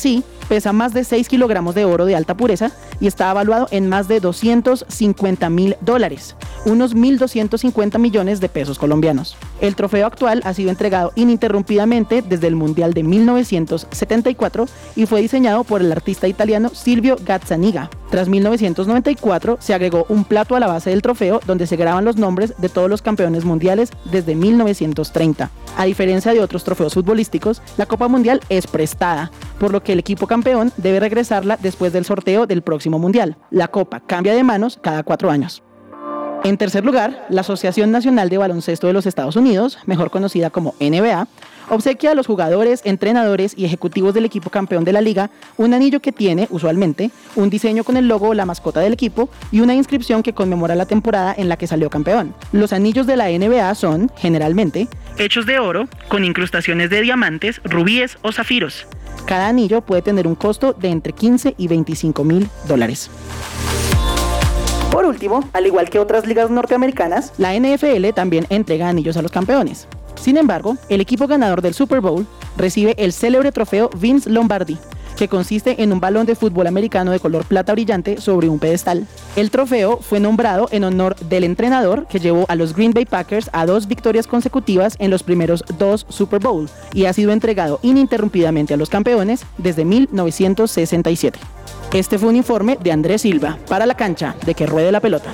Pesa más de 6 kilogramos de oro de alta pureza y está evaluado en más de $250,000, unos 1.250 millones de pesos colombianos. El trofeo actual ha sido entregado ininterrumpidamente desde el Mundial de 1974 y fue diseñado por el artista italiano Silvio Gazzaniga. Tras 1994 se agregó un plato a la base del trofeo donde se graban los nombres de todos los campeones mundiales desde 1930. A diferencia de otros trofeos futbolísticos, la Copa Mundial es prestada, por lo que el equipo campeón debe regresarla después del sorteo del próximo Mundial. La Copa cambia de manos cada 4 años. En tercer lugar, la Asociación Nacional de Baloncesto de los Estados Unidos, mejor conocida como NBA, obsequia a los jugadores, entrenadores y ejecutivos del equipo campeón de la liga un anillo que tiene, usualmente, un diseño con el logo o la mascota del equipo y una inscripción que conmemora la temporada en la que salió campeón. Los anillos de la NBA son, generalmente, hechos de oro, con incrustaciones de diamantes, rubíes o zafiros. Cada anillo puede tener un costo de entre $15,000 y $25,000. Por último, al igual que otras ligas norteamericanas, la NFL también entrega anillos a los campeones. Sin embargo, el equipo ganador del Super Bowl recibe el célebre trofeo Vince Lombardi, que consiste en un balón de fútbol americano de color plata brillante sobre un pedestal. El trofeo fue nombrado en honor del entrenador que llevó a los Green Bay Packers a 2 victorias consecutivas en los primeros 2 Super Bowl y ha sido entregado ininterrumpidamente a los campeones desde 1967. Este fue un informe de Andrés Silva para La Cancha de Que Ruede la Pelota.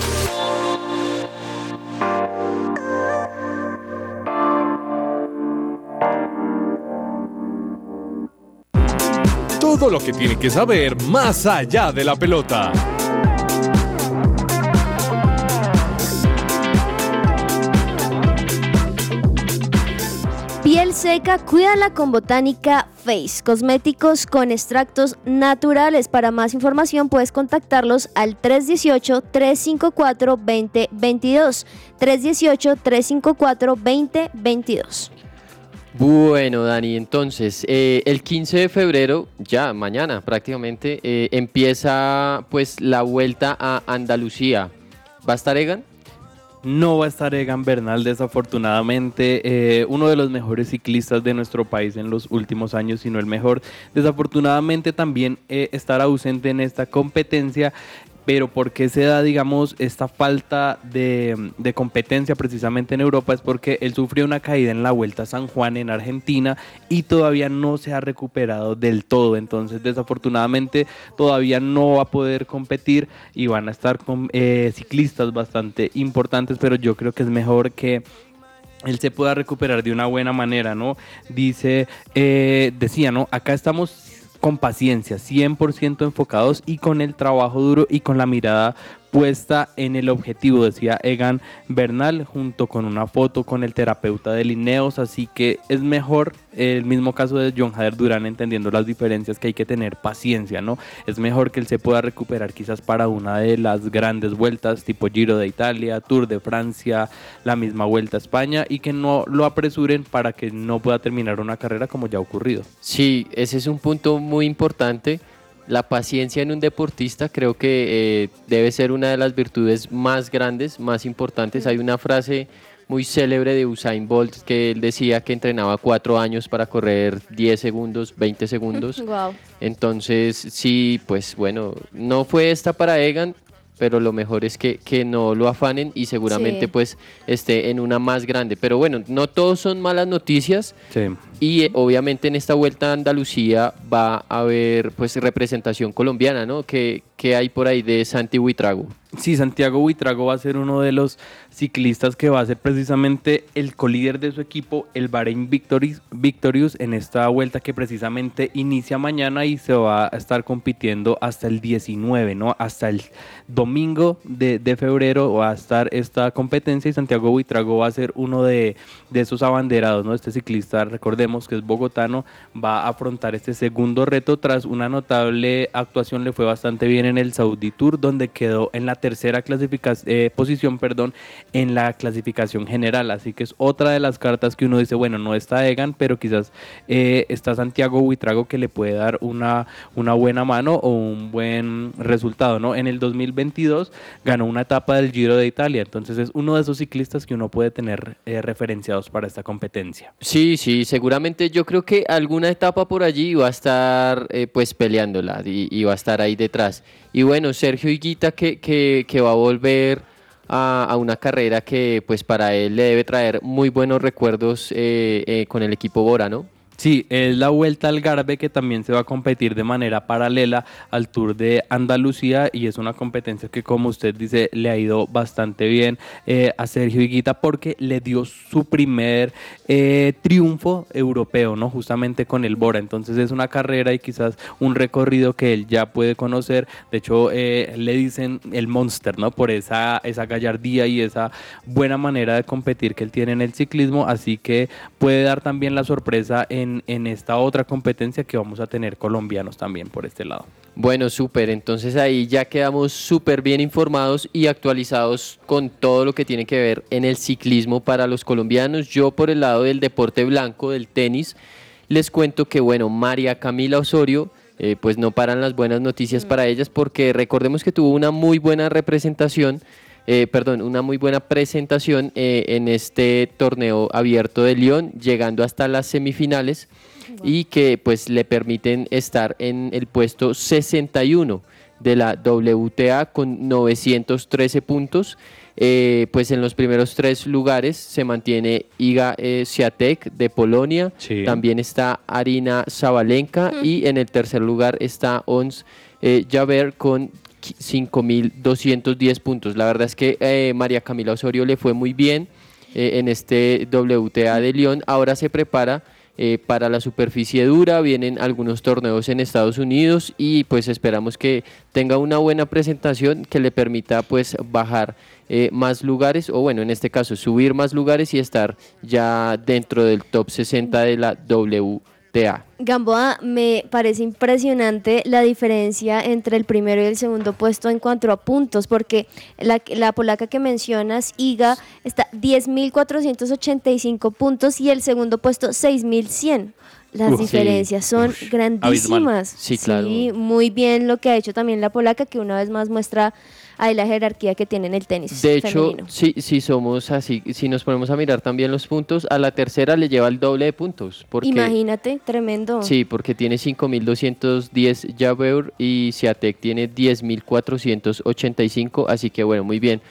Todo lo que tiene que saber más allá de la pelota. Piel seca, cuídala con Botánica Face, cosméticos con extractos naturales. Para más información puedes contactarlos al 318-354-2022, 318-354-2022. Bueno, Dani, entonces, el 15 de febrero, ya mañana prácticamente, empieza pues la Vuelta a Andalucía. ¿Va a estar Egan? No va a estar Egan Bernal, desafortunadamente, uno de los mejores ciclistas de nuestro país en los últimos años, si no el mejor. Desafortunadamente también estará ausente en esta competencia. Pero ¿por qué se da, digamos, esta falta de competencia precisamente en Europa? Es porque él sufrió una caída en la Vuelta a San Juan en Argentina y todavía no se ha recuperado del todo. Entonces, desafortunadamente, todavía no va a poder competir y van a estar con ciclistas bastante importantes, pero yo creo que es mejor que él se pueda recuperar de una buena manera, ¿no? Decía, ¿no? Acá estamos con paciencia, 100% enfocados y con el trabajo duro y con la mirada puesta en el objetivo, decía Egan Bernal, junto con una foto con el terapeuta de Lineos. Así que es mejor, el mismo caso de John Jader Durán, entendiendo las diferencias, que hay que tener paciencia, ¿no? Es mejor que él se pueda recuperar quizás para una de las grandes vueltas tipo Giro de Italia, Tour de Francia, la misma Vuelta a España, y que no lo apresuren para que no pueda terminar una carrera como ya ha ocurrido. Sí, ese es un punto muy importante. La paciencia en un deportista creo que debe ser una de las virtudes más grandes, más importantes. Hay una frase muy célebre de Usain Bolt que él decía que entrenaba 4 años para correr 10 segundos, 20 segundos. Wow. Entonces, sí, pues bueno, no fue esta para Egan, pero lo mejor es que no lo afanen y seguramente pues esté en una más grande. Pero bueno, no todos son malas noticias. Sí. Y obviamente en esta Vuelta a Andalucía va a haber pues representación colombiana, ¿no? ¿Qué hay por ahí de Santi Buitrago? Sí, Santiago Buitrago va a ser uno de los ciclistas que va a ser precisamente el colíder de su equipo, el Bahrein Victorious, en esta vuelta que precisamente inicia mañana y se va a estar compitiendo hasta el 19, ¿no? Hasta el domingo de febrero va a estar esta competencia y Santiago Buitrago va a ser uno de esos abanderados, ¿no? Este ciclista, recordemos que es bogotano, va a afrontar este segundo reto tras una notable actuación. Le fue bastante bien en el Saudi Tour, donde quedó en la tercera posición en la clasificación general, así que es otra de las cartas que uno dice, bueno, no está Egan, pero quizás está Santiago Buitrago que le puede dar una buena mano o un buen resultado, ¿no? En el 2022 ganó una etapa del Giro de Italia, entonces es uno de esos ciclistas que uno puede tener referenciados para esta competencia. Sí, seguramente yo creo que alguna etapa por allí va a estar pues peleándola y va a estar ahí detrás. Y bueno, Sergio Higuita que va a volver a una carrera que pues para él le debe traer muy buenos recuerdos con el equipo Bora, ¿no? Sí, es la Vuelta al Algarve que también se va a competir de manera paralela al Tour de Andalucía y es una competencia que, como usted dice, le ha ido bastante bien a Sergio Higuita porque le dio su primer triunfo europeo, ¿no? Justamente con el Bora. Entonces es una carrera y quizás un recorrido que él ya puede conocer. De hecho, le dicen el Monster, ¿no? Por esa gallardía y esa buena manera de competir que él tiene en el ciclismo. Así que puede dar también la sorpresa en esta otra competencia que vamos a tener colombianos también por este lado. Bueno, súper, entonces ahí ya quedamos súper bien informados y actualizados con todo lo que tiene que ver en el ciclismo para los colombianos. Yo por el lado del deporte blanco, del tenis, les cuento que bueno, María Camila Osorio, pues no paran las buenas noticias para ellas porque recordemos que tuvo una muy buena una muy buena presentación en este torneo abierto de Lyon, llegando hasta las semifinales y que pues le permiten estar en el puesto 61 de la WTA con 913 puntos. Pues en los primeros 3 lugares se mantiene Iga Świątek de Polonia, sí. También está Arina Sabalenka y en el tercer lugar está Ons Jabeur con 5.210 puntos. La verdad es que María Camila Osorio le fue muy bien en este WTA de Lyon. Ahora se prepara para la superficie dura, vienen algunos torneos en Estados Unidos y pues esperamos que tenga una buena presentación que le permita pues bajar más lugares o bueno, en este caso subir más lugares y estar ya dentro del top 60 de la WTA. Gamboa, me parece impresionante la diferencia entre el primero y el segundo puesto en cuanto a puntos, porque la polaca que mencionas, Iga, está 10.485 puntos y el segundo puesto 6.100. Las diferencias son grandísimas. Abismal. Sí, claro. Sí, muy bien lo que ha hecho también la polaca, que una vez más muestra ahí la jerarquía que tiene en el tenis de femenino. hecho, si somos así, si nos ponemos a mirar también los puntos, a la tercera le lleva el doble de puntos. Porque, imagínate, tremendo. Sí, porque tiene 5.210 Jabeur y Świątek tiene 10.485, así que bueno, muy bien.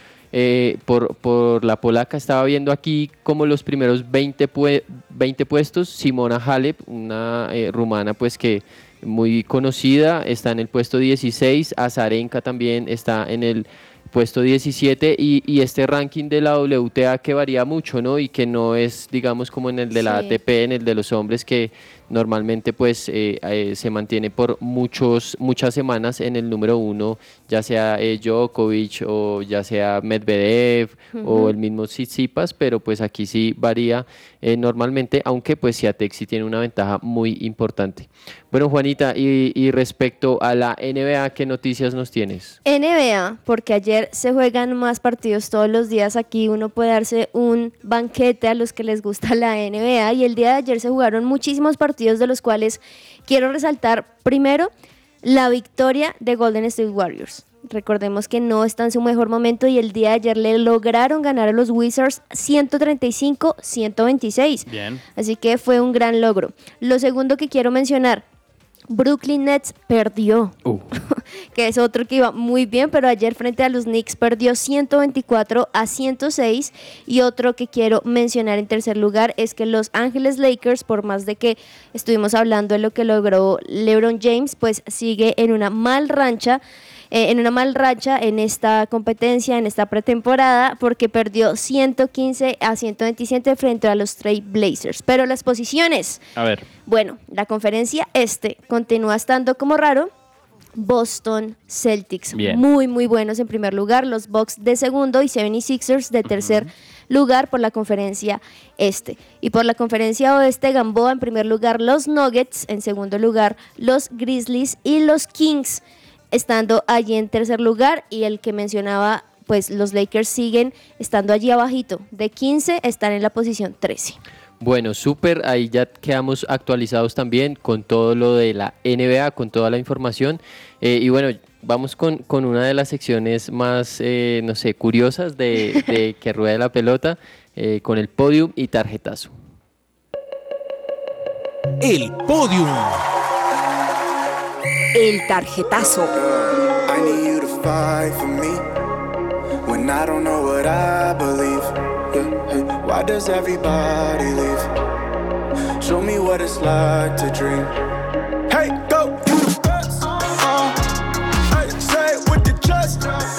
Por la polaca estaba viendo aquí como los primeros 20 puestos, Simona Halep, una rumana pues que muy conocida, está en el puesto 16, Azarenka también está en el puesto 17 y este ranking de la WTA que varía mucho, ¿no? Y que no es, digamos, como en el de la ATP, en el de los hombres que normalmente pues se mantiene por muchas semanas en el número 1, ya sea Djokovic o ya sea Medvedev o el mismo Tsitsipas, pero pues aquí sí varía normalmente, aunque pues Świątek sí tiene una ventaja muy importante. Bueno, Juanita, y respecto a la NBA, ¿qué noticias nos tienes? NBA, porque ayer se juegan más partidos todos los días, aquí uno puede darse un banquete a los que les gusta la NBA y el día de ayer se jugaron muchísimos partidos de los cuales quiero resaltar primero la victoria de Golden State Warriors. Recordemos que no está en su mejor momento y el día de ayer le lograron ganar a los Wizards 135-126. Bien. Así que fue un gran logro. Lo segundo que quiero mencionar, Brooklyn Nets perdió, que es otro que iba muy bien, pero ayer frente a los Knicks perdió 124-106. Y otro que quiero mencionar en tercer lugar es que Los Ángeles Lakers, por más de que estuvimos hablando de lo que logró LeBron James, pues sigue en una mal racha en esta competencia, en esta pretemporada, porque perdió 115-127 frente a los Trail Blazers. Pero las posiciones, a ver. Bueno, la conferencia continúa estando como raro. Boston Celtics, bien. Muy muy buenos en primer lugar, los Bucks de segundo y 76ers de tercer lugar por la conferencia y por la conferencia oeste, Gamboa en primer lugar, los Nuggets, en segundo lugar los Grizzlies y los Kings. estando allí en tercer lugar, y el que mencionaba, pues los Lakers siguen estando allí abajito, de 15 están en la posición 13. Bueno, súper, ahí ya quedamos actualizados también con todo lo de la NBA, con toda la información. Y bueno, vamos con una de las secciones más, no sé, curiosas de que ruede la pelota, con el podium y tarjetazo. El podium. El tarjetazo. I need you to fight for me when I don't know what I believe. Hey, why does everybody leave? Show me what it's like to dream. Hey, go, you the best. Hey, say it with your chest.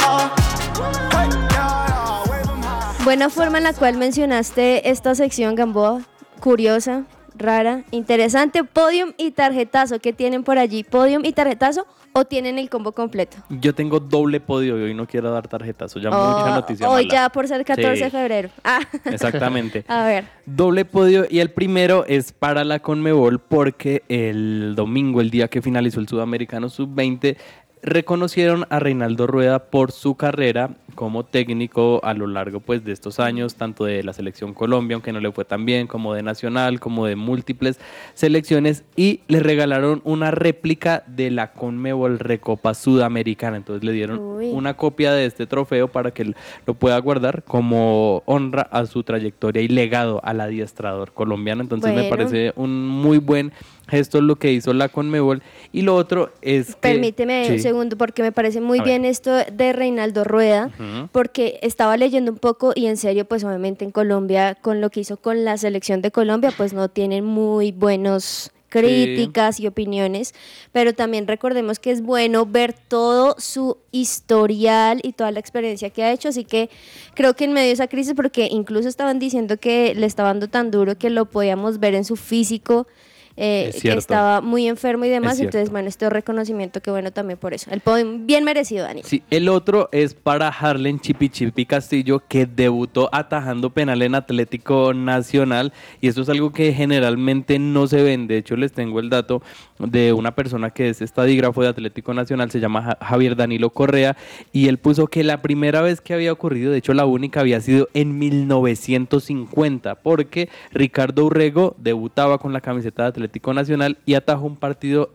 Hey, wave 'em high. Buena forma en la cual mencionaste esta sección, Gamboa, curiosa, rara, interesante. Podium y tarjetazo, ¿qué tienen por allí? ¿Podium y tarjetazo o tienen el combo completo? Yo tengo doble podio y hoy no quiero dar tarjetazo, ya mucha noticia hoy mala. Ya por ser 14 de Sí. febrero. Exactamente. A ver. Doble podio, y el primero es para la Conmebol porque el domingo, el día que finalizó el Sudamericano Sub-20, reconocieron a Reinaldo Rueda por su carrera como técnico a lo largo, pues, de estos años, tanto de la selección Colombia, aunque no le fue tan bien, como de Nacional, como de múltiples selecciones, y le regalaron una réplica de la Conmebol Recopa Sudamericana. Entonces le dieron una copia de este trofeo para que lo pueda guardar como honra a su trayectoria y legado al adiestrador colombiano. Entonces me parece un muy buen gesto lo que hizo la Conmebol. Y lo otro es que... Permíteme un segundo, porque me parece muy bien esto de Reinaldo Rueda, porque estaba leyendo un poco y en serio, pues obviamente en Colombia, con lo que hizo con la selección de Colombia, pues no tienen muy buenos críticas y opiniones, pero también recordemos que es bueno ver todo su historial y toda la experiencia que ha hecho, así que creo que en medio de esa crisis, porque incluso estaban diciendo que le estaba dando tan duro que lo podíamos ver en su físico, que estaba muy enfermo y demás, entonces bueno, este reconocimiento, que bueno también por eso, el podio bien merecido, Dani. Sí, el otro es para Harlen Chipi Chipi Castillo, que debutó atajando penal en Atlético Nacional, y esto es algo que generalmente no se ven. De hecho, les tengo el dato de una persona que es estadígrafo de Atlético Nacional, se llama Javier Danilo Correa, y él puso que la primera vez que había ocurrido, de hecho la única, había sido en 1950, porque Ricardo Urrego debutaba con la camiseta de Atlético Nacional y atajó un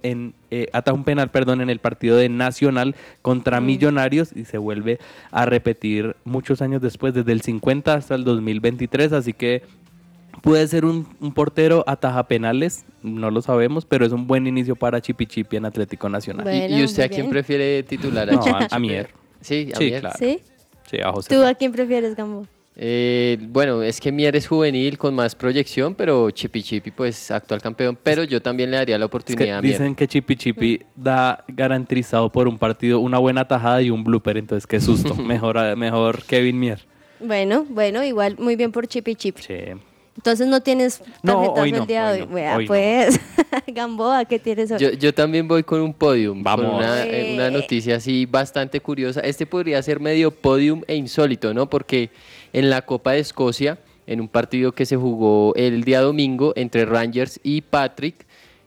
penal en el partido de Nacional contra Millonarios, y se vuelve a repetir muchos años después, desde el 50 hasta el 2023, así que puede ser un portero ataja penales, no lo sabemos, pero es un buen inicio para Chipi Chipi en Atlético Nacional. Bueno, ¿Y usted a quién prefiere titular? A Mier. Sí, Mier. Claro. ¿Sí? Sí, a José. ¿Tú a quién prefieres, Gambo? Bueno, es que Mier es juvenil, con más proyección, pero Chipi Chipi, pues, actual campeón, pero yo también le daría la oportunidad a Mier. Dicen que Chipi Chipi da garantizado por un partido una buena tajada y un blooper, entonces qué susto. mejor Kevin Mier. Bueno, igual muy bien por Chipi Chipi. Sí. Entonces no tienes tarjetas hoy el día de hoy. Hoy pues, Gamboa, ¿qué tienes hoy? Yo también voy con un podium, Vamos. con una noticia así bastante curiosa. Este podría ser medio podium e insólito, ¿no? Porque en la Copa de Escocia, en un partido que se jugó el día domingo entre Rangers y Patrick,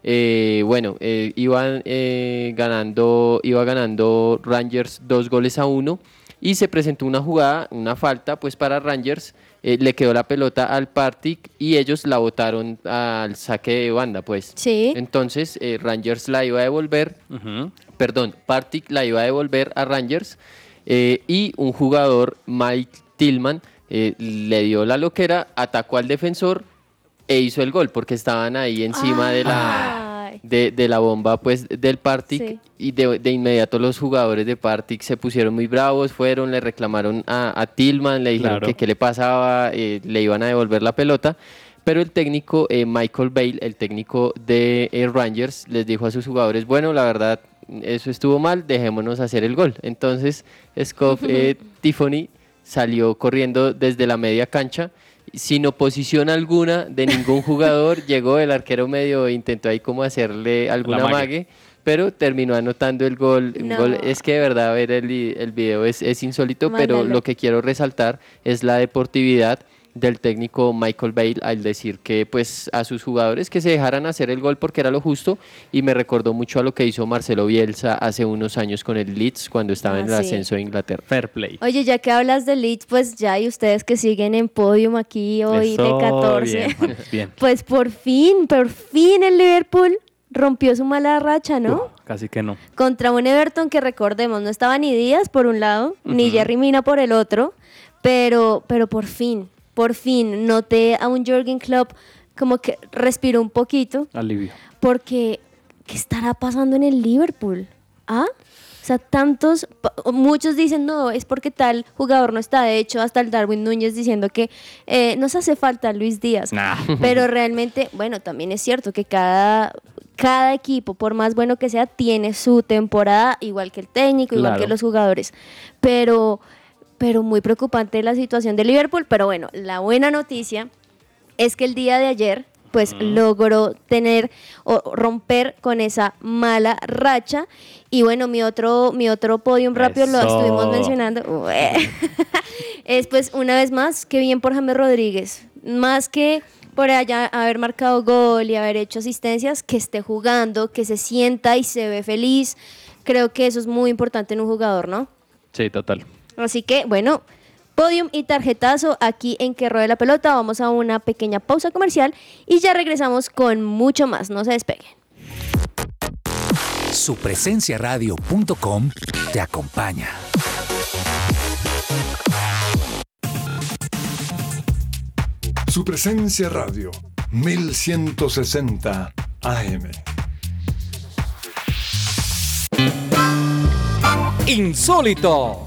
iba ganando Rangers 2-1, y se presentó una jugada, una falta, pues para Rangers. Le quedó la pelota al Partick y ellos la botaron al saque de banda, pues. Sí. Entonces, Rangers la iba a devolver, Partick la iba a devolver a Rangers, y un jugador, Mike Tillman, le dio la loquera, atacó al defensor e hizo el gol, porque estaban ahí encima de la bomba, pues, del Partick. Sí. Y de inmediato los jugadores de Partick se pusieron muy bravos, le reclamaron a Tillman, le dijeron que qué le pasaba, le iban a devolver la pelota, pero el técnico Michael Bale, el técnico de Rangers, les dijo a sus jugadores, bueno, la verdad, eso estuvo mal, dejémonos hacer el gol. Entonces Scott Tiffany salió corriendo desde la media cancha, sin oposición alguna de ningún jugador. Llegó el arquero medio, intentó ahí como hacerle alguna amague, pero terminó anotando el gol. Un gol. Es que de verdad ver el video es insólito, pero lo que quiero resaltar es la deportividad del técnico Michael Bail al decir que pues a sus jugadores que se dejaran hacer el gol porque era lo justo, y me recordó mucho a lo que hizo Marcelo Bielsa hace unos años con el Leeds cuando estaba en el ascenso de Inglaterra. Fair play. Oye, ya que hablas de Leeds, pues ya, y ustedes que siguen en podium aquí hoy de 14, bien. Pues por fin el Liverpool rompió su mala racha, ¿no? Casi que no. Contra un Everton que, recordemos, no estaba ni Díaz por un lado, ni Yerry Mina por el otro, pero por fin noté a un Jürgen Klopp como que respiró un poquito. Alivio. Porque, ¿qué estará pasando en el Liverpool? ¿Ah? O sea, muchos dicen, no, es porque tal jugador no está. De hecho, hasta el Darwin Núñez diciendo que nos hace falta Luis Díaz. Nah. Pero realmente, bueno, también es cierto que cada equipo, por más bueno que sea, tiene su temporada, igual que el técnico, igual que los jugadores. Pero muy preocupante la situación de Liverpool. Pero bueno, la buena noticia es que el día de ayer pues logró tener o romper con esa mala racha. Y bueno, mi otro podium rápido lo estuvimos mencionando. Es pues una vez más, qué bien por James Rodríguez. Más que por allá haber marcado gol y haber hecho asistencias, que esté jugando, que se sienta y se ve feliz. Creo que eso es muy importante en un jugador, ¿no? Sí, total. Así que, bueno, podium y tarjetazo aquí en Que Ruede la Pelota. Vamos a una pequeña pausa comercial y ya regresamos con mucho más. No se despeguen. Supresenciaradio.com te acompaña. Su presencia radio 1160 AM. Insólito.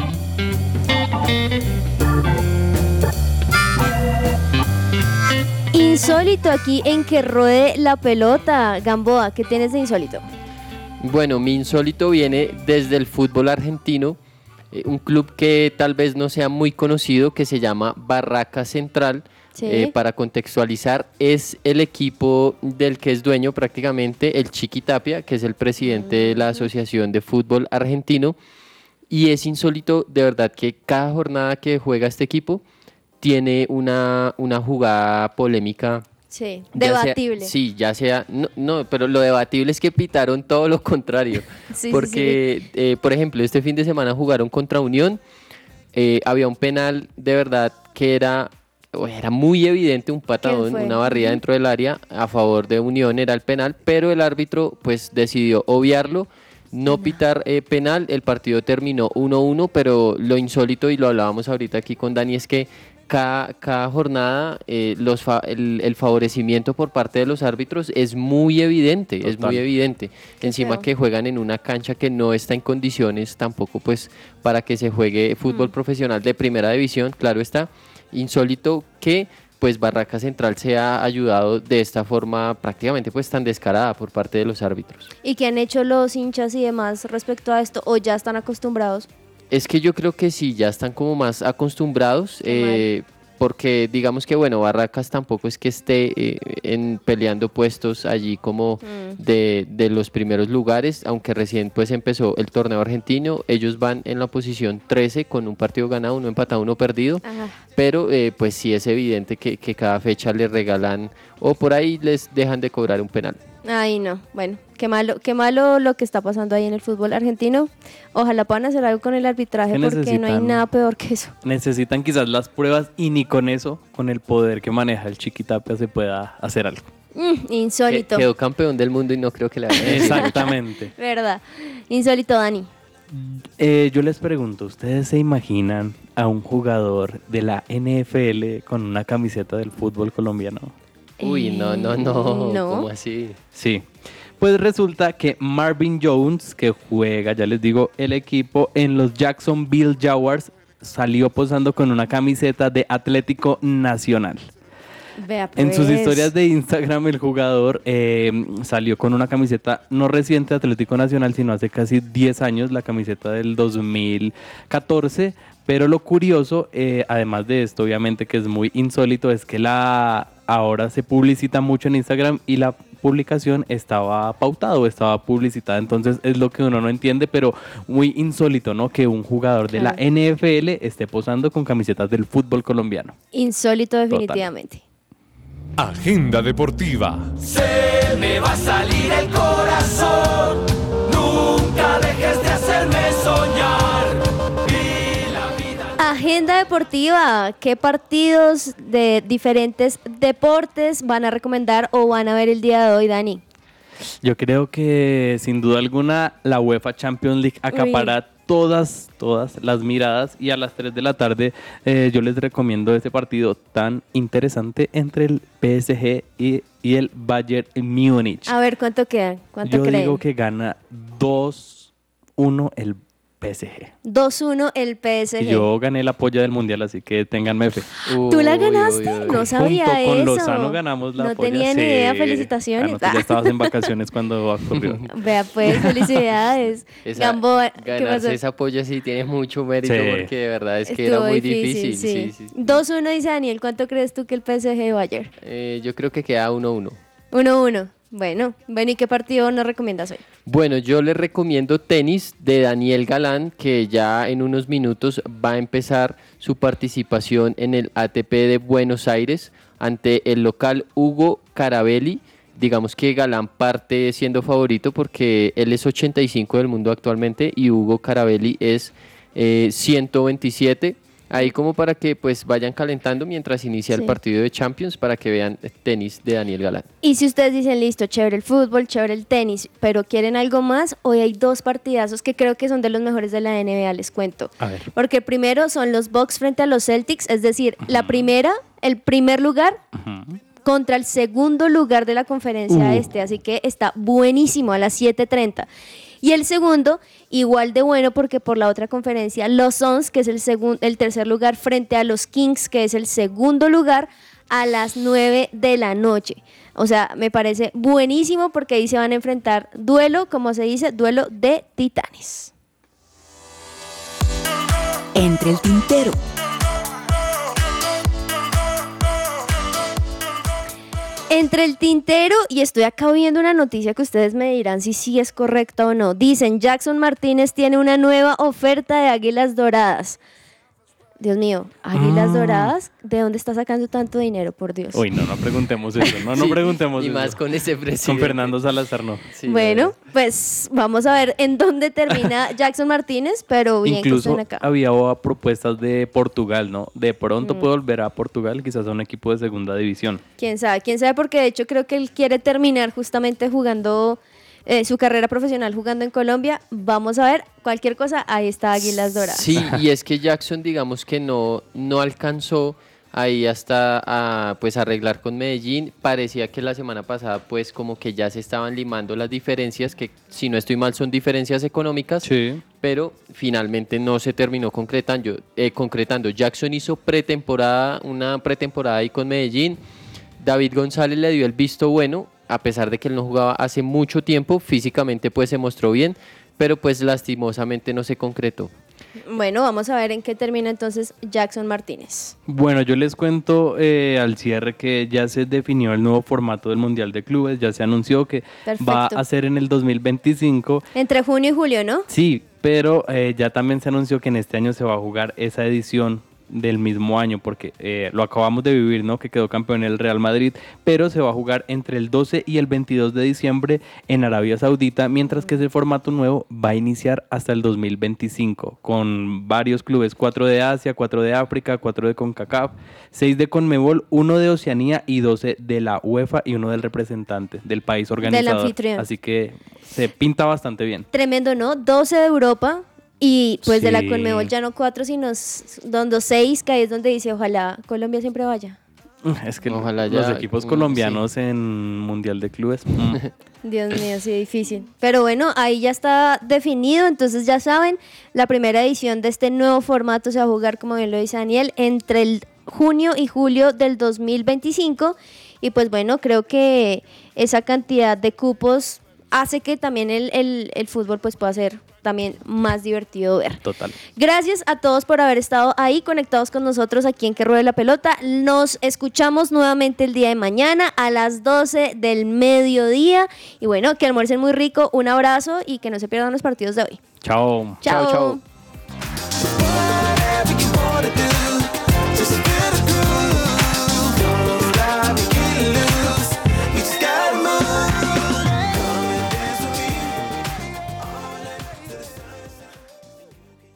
Insólito aquí en Que Ruede la Pelota. Gamboa, ¿qué tienes de insólito? Bueno, mi insólito viene desde el fútbol argentino, un club que tal vez no sea muy conocido, que se llama Barracas Central. Sí. Para contextualizar, es el equipo del que es dueño prácticamente el Chiqui Tapia, que es el presidente de la Asociación de Fútbol Argentino. Y es insólito, de verdad, que cada jornada que juega este equipo tiene una jugada polémica. Sí, debatible. Ya sea, no, pero lo debatible es que pitaron todo lo contrario. Sí, porque, sí. Por ejemplo, este fin de semana jugaron contra Unión, había un penal de verdad que era muy evidente, un patadón, una barrida dentro del área a favor de Unión era el penal, pero el árbitro pues decidió obviarlo, no pitar penal. El partido terminó 1-1, pero lo insólito, y lo hablábamos ahorita aquí con Dani, es que cada jornada el favorecimiento por parte de los árbitros es muy evidente. Total. Es muy evidente. Encima que juegan en una cancha que no está en condiciones tampoco pues para que se juegue fútbol profesional de primera división, claro está. Insólito que pues Barraca Central se ha ayudado de esta forma prácticamente pues tan descarada por parte de los árbitros. ¿Y qué han hecho los hinchas y demás respecto a esto, o ya están acostumbrados? Es que yo creo que sí, ya están como más acostumbrados, porque digamos que bueno, Barracas tampoco es que esté peleando puestos allí como de los primeros lugares, aunque recién pues empezó el torneo argentino. Ellos van en la posición 13 con un partido ganado, uno empatado, uno perdido. Ajá. Pero pues sí es evidente que cada fecha les regalan o por ahí les dejan de cobrar un penal. Ay, no, bueno, qué malo lo que está pasando ahí en el fútbol argentino. Ojalá puedan hacer algo con el arbitraje, porque no hay nada peor que eso. Necesitan quizás las pruebas, y ni con eso, con el poder que maneja el Chiqui Tapia, se pueda hacer algo. Insólito. Quedó campeón del mundo y no creo que le hagan. Exactamente. Verdad. Insólito, Dani. Yo les pregunto, ¿ustedes se imaginan a un jugador de la NFL con una camiseta del fútbol colombiano? Uy, no. ¿Cómo así? Sí. Pues resulta que Marvin Jones, que juega, ya les digo, el equipo en los Jacksonville Jaguars, salió posando con una camiseta de Atlético Nacional. Vea, pues. En sus historias de Instagram, el jugador salió con una camiseta no reciente de Atlético Nacional, sino hace casi 10 años, la camiseta del 2014. Pero lo curioso, además de esto, obviamente que es muy insólito, es que ahora se publicita mucho en Instagram, y la publicación estaba pautado, estaba publicitada, entonces es lo que uno no entiende, pero muy insólito, ¿no? Que un jugador de la NFL esté posando con camisetas del fútbol colombiano. Insólito definitivamente. Total. Agenda deportiva. Se me va a salir el corazón, nunca dejes de hacerme soñar. Agenda deportiva, ¿qué partidos de diferentes deportes van a recomendar o van a ver el día de hoy, Dani? Yo creo que sin duda alguna la UEFA Champions League acapara todas las miradas, y a las 3 de la tarde yo les recomiendo este partido tan interesante entre el PSG y el Bayern Múnich. A ver, ¿cuánto queda? ¿Cuánto creen? Yo digo que gana 2-1 el PSG. 2-1 el PSG. Yo gané la polla del mundial, así que ténganme fe. ¿Tú la ganaste? No sabía Junto eso. con Lozano ganamos la polla. No tenía ni idea, felicitaciones. Tú ya estabas en vacaciones cuando ocurrió. Vea pues, felicidades. Gamboa, ganarse esa polla sí tiene mucho mérito, porque de verdad es que era muy difícil. Sí. 2-1 dice Daniel, ¿cuánto crees tú que el PSG va ayer? Yo creo que queda 1-1. 1-1. Bueno, ¿y qué partido nos recomiendas hoy? Bueno, yo les recomiendo tenis de Daniel Galán, que ya en unos minutos va a empezar su participación en el ATP de Buenos Aires ante el local Hugo Carabelli. Digamos que Galán parte siendo favorito porque él es 85 del mundo actualmente y Hugo Carabelli es 127. Ahí como para que pues vayan calentando mientras inicia el partido de Champions, para que vean tenis de Daniel Galán. Y si ustedes dicen, listo, chévere el fútbol, chévere el tenis, pero quieren algo más, hoy hay 2 partidazos que creo que son de los mejores de la NBA, les cuento. A ver. Porque el primero son los Bucks frente a los Celtics, es decir, el primer lugar contra el segundo lugar de la conferencia este, así que está buenísimo a las 7:30. Y el segundo, igual de bueno, porque por la otra conferencia, los Suns, que es el tercer lugar, frente a los Kings, que es el segundo lugar, a las 9 de la noche. O sea, me parece buenísimo porque ahí se van a enfrentar duelo, como se dice, duelo de titanes. Entre el tintero. Entre el tintero, y estoy acá viendo una noticia que ustedes me dirán si sí es correcta o no. Dicen, Jackson Martínez tiene una nueva oferta de Águilas Doradas. Dios mío, ¿Águilas Doradas? ¿De dónde está sacando tanto dinero, por Dios? Uy, no preguntemos eso, no preguntemos eso. Y más con ese presidente. Con Fernando Salazar, no. Sí, bueno, pues vamos a ver en dónde termina Jackson Martínez, pero bien. Incluso acá había propuestas de Portugal, ¿no? De pronto puede volver a Portugal, quizás a un equipo de segunda división. ¿Quién sabe? Porque de hecho creo que él quiere terminar justamente jugando su carrera profesional jugando en Colombia. Vamos a ver, cualquier cosa, ahí está Águilas Doradas. Sí, y es que Jackson, digamos que no alcanzó ahí hasta pues arreglar con Medellín. Parecía que la semana pasada pues como que ya se estaban limando las diferencias, que si no estoy mal son diferencias económicas, pero finalmente no se terminó concretando. Jackson hizo una pretemporada ahí con Medellín. David González le dio el visto bueno, a pesar de que él no jugaba hace mucho tiempo. Físicamente pues se mostró bien, pero pues lastimosamente no se concretó. Bueno, vamos a ver en qué termina entonces Jackson Martínez. Bueno, yo les cuento al cierre que ya se definió el nuevo formato del Mundial de Clubes, ya se anunció que va a ser en el 2025. Entre junio y julio, ¿no? Sí, pero ya también se anunció que en este año se va a jugar esa edición del mismo año, porque lo acabamos de vivir, ¿no? Que quedó campeón el Real Madrid, pero se va a jugar entre el 12 y el 22 de diciembre en Arabia Saudita, mientras que ese formato nuevo va a iniciar hasta el 2025, con varios clubes, 4 de Asia, 4 de África, 4 de CONCACAF, 6 de CONMEBOL, 1 de Oceanía y 12 de la UEFA y 1 del representante del país organizador. Del anfitrión. Así que se pinta bastante bien. Tremendo, ¿no? 12 de Europa. Y pues de la CONMEBOL ya no 4, sino 6, que ahí es donde dice, ojalá Colombia siempre vaya. Es que ojalá los equipos colombianos en Mundial de Clubes. Dios mío, sí, difícil. Pero bueno, ahí ya está definido, entonces ya saben, la primera edición de este nuevo formato se va a jugar, como bien lo dice Daniel, entre el junio y julio del 2025. Y pues bueno, creo que esa cantidad de cupos hace que también el fútbol pues pueda ser también más divertido ver. Total. Gracias a todos por haber estado ahí conectados con nosotros aquí en Que Ruede la Pelota. Nos escuchamos nuevamente el día de mañana a las 12 del mediodía. Y bueno, que almuercen muy rico. Un abrazo y que no se pierdan los partidos de hoy. Chao. Chao.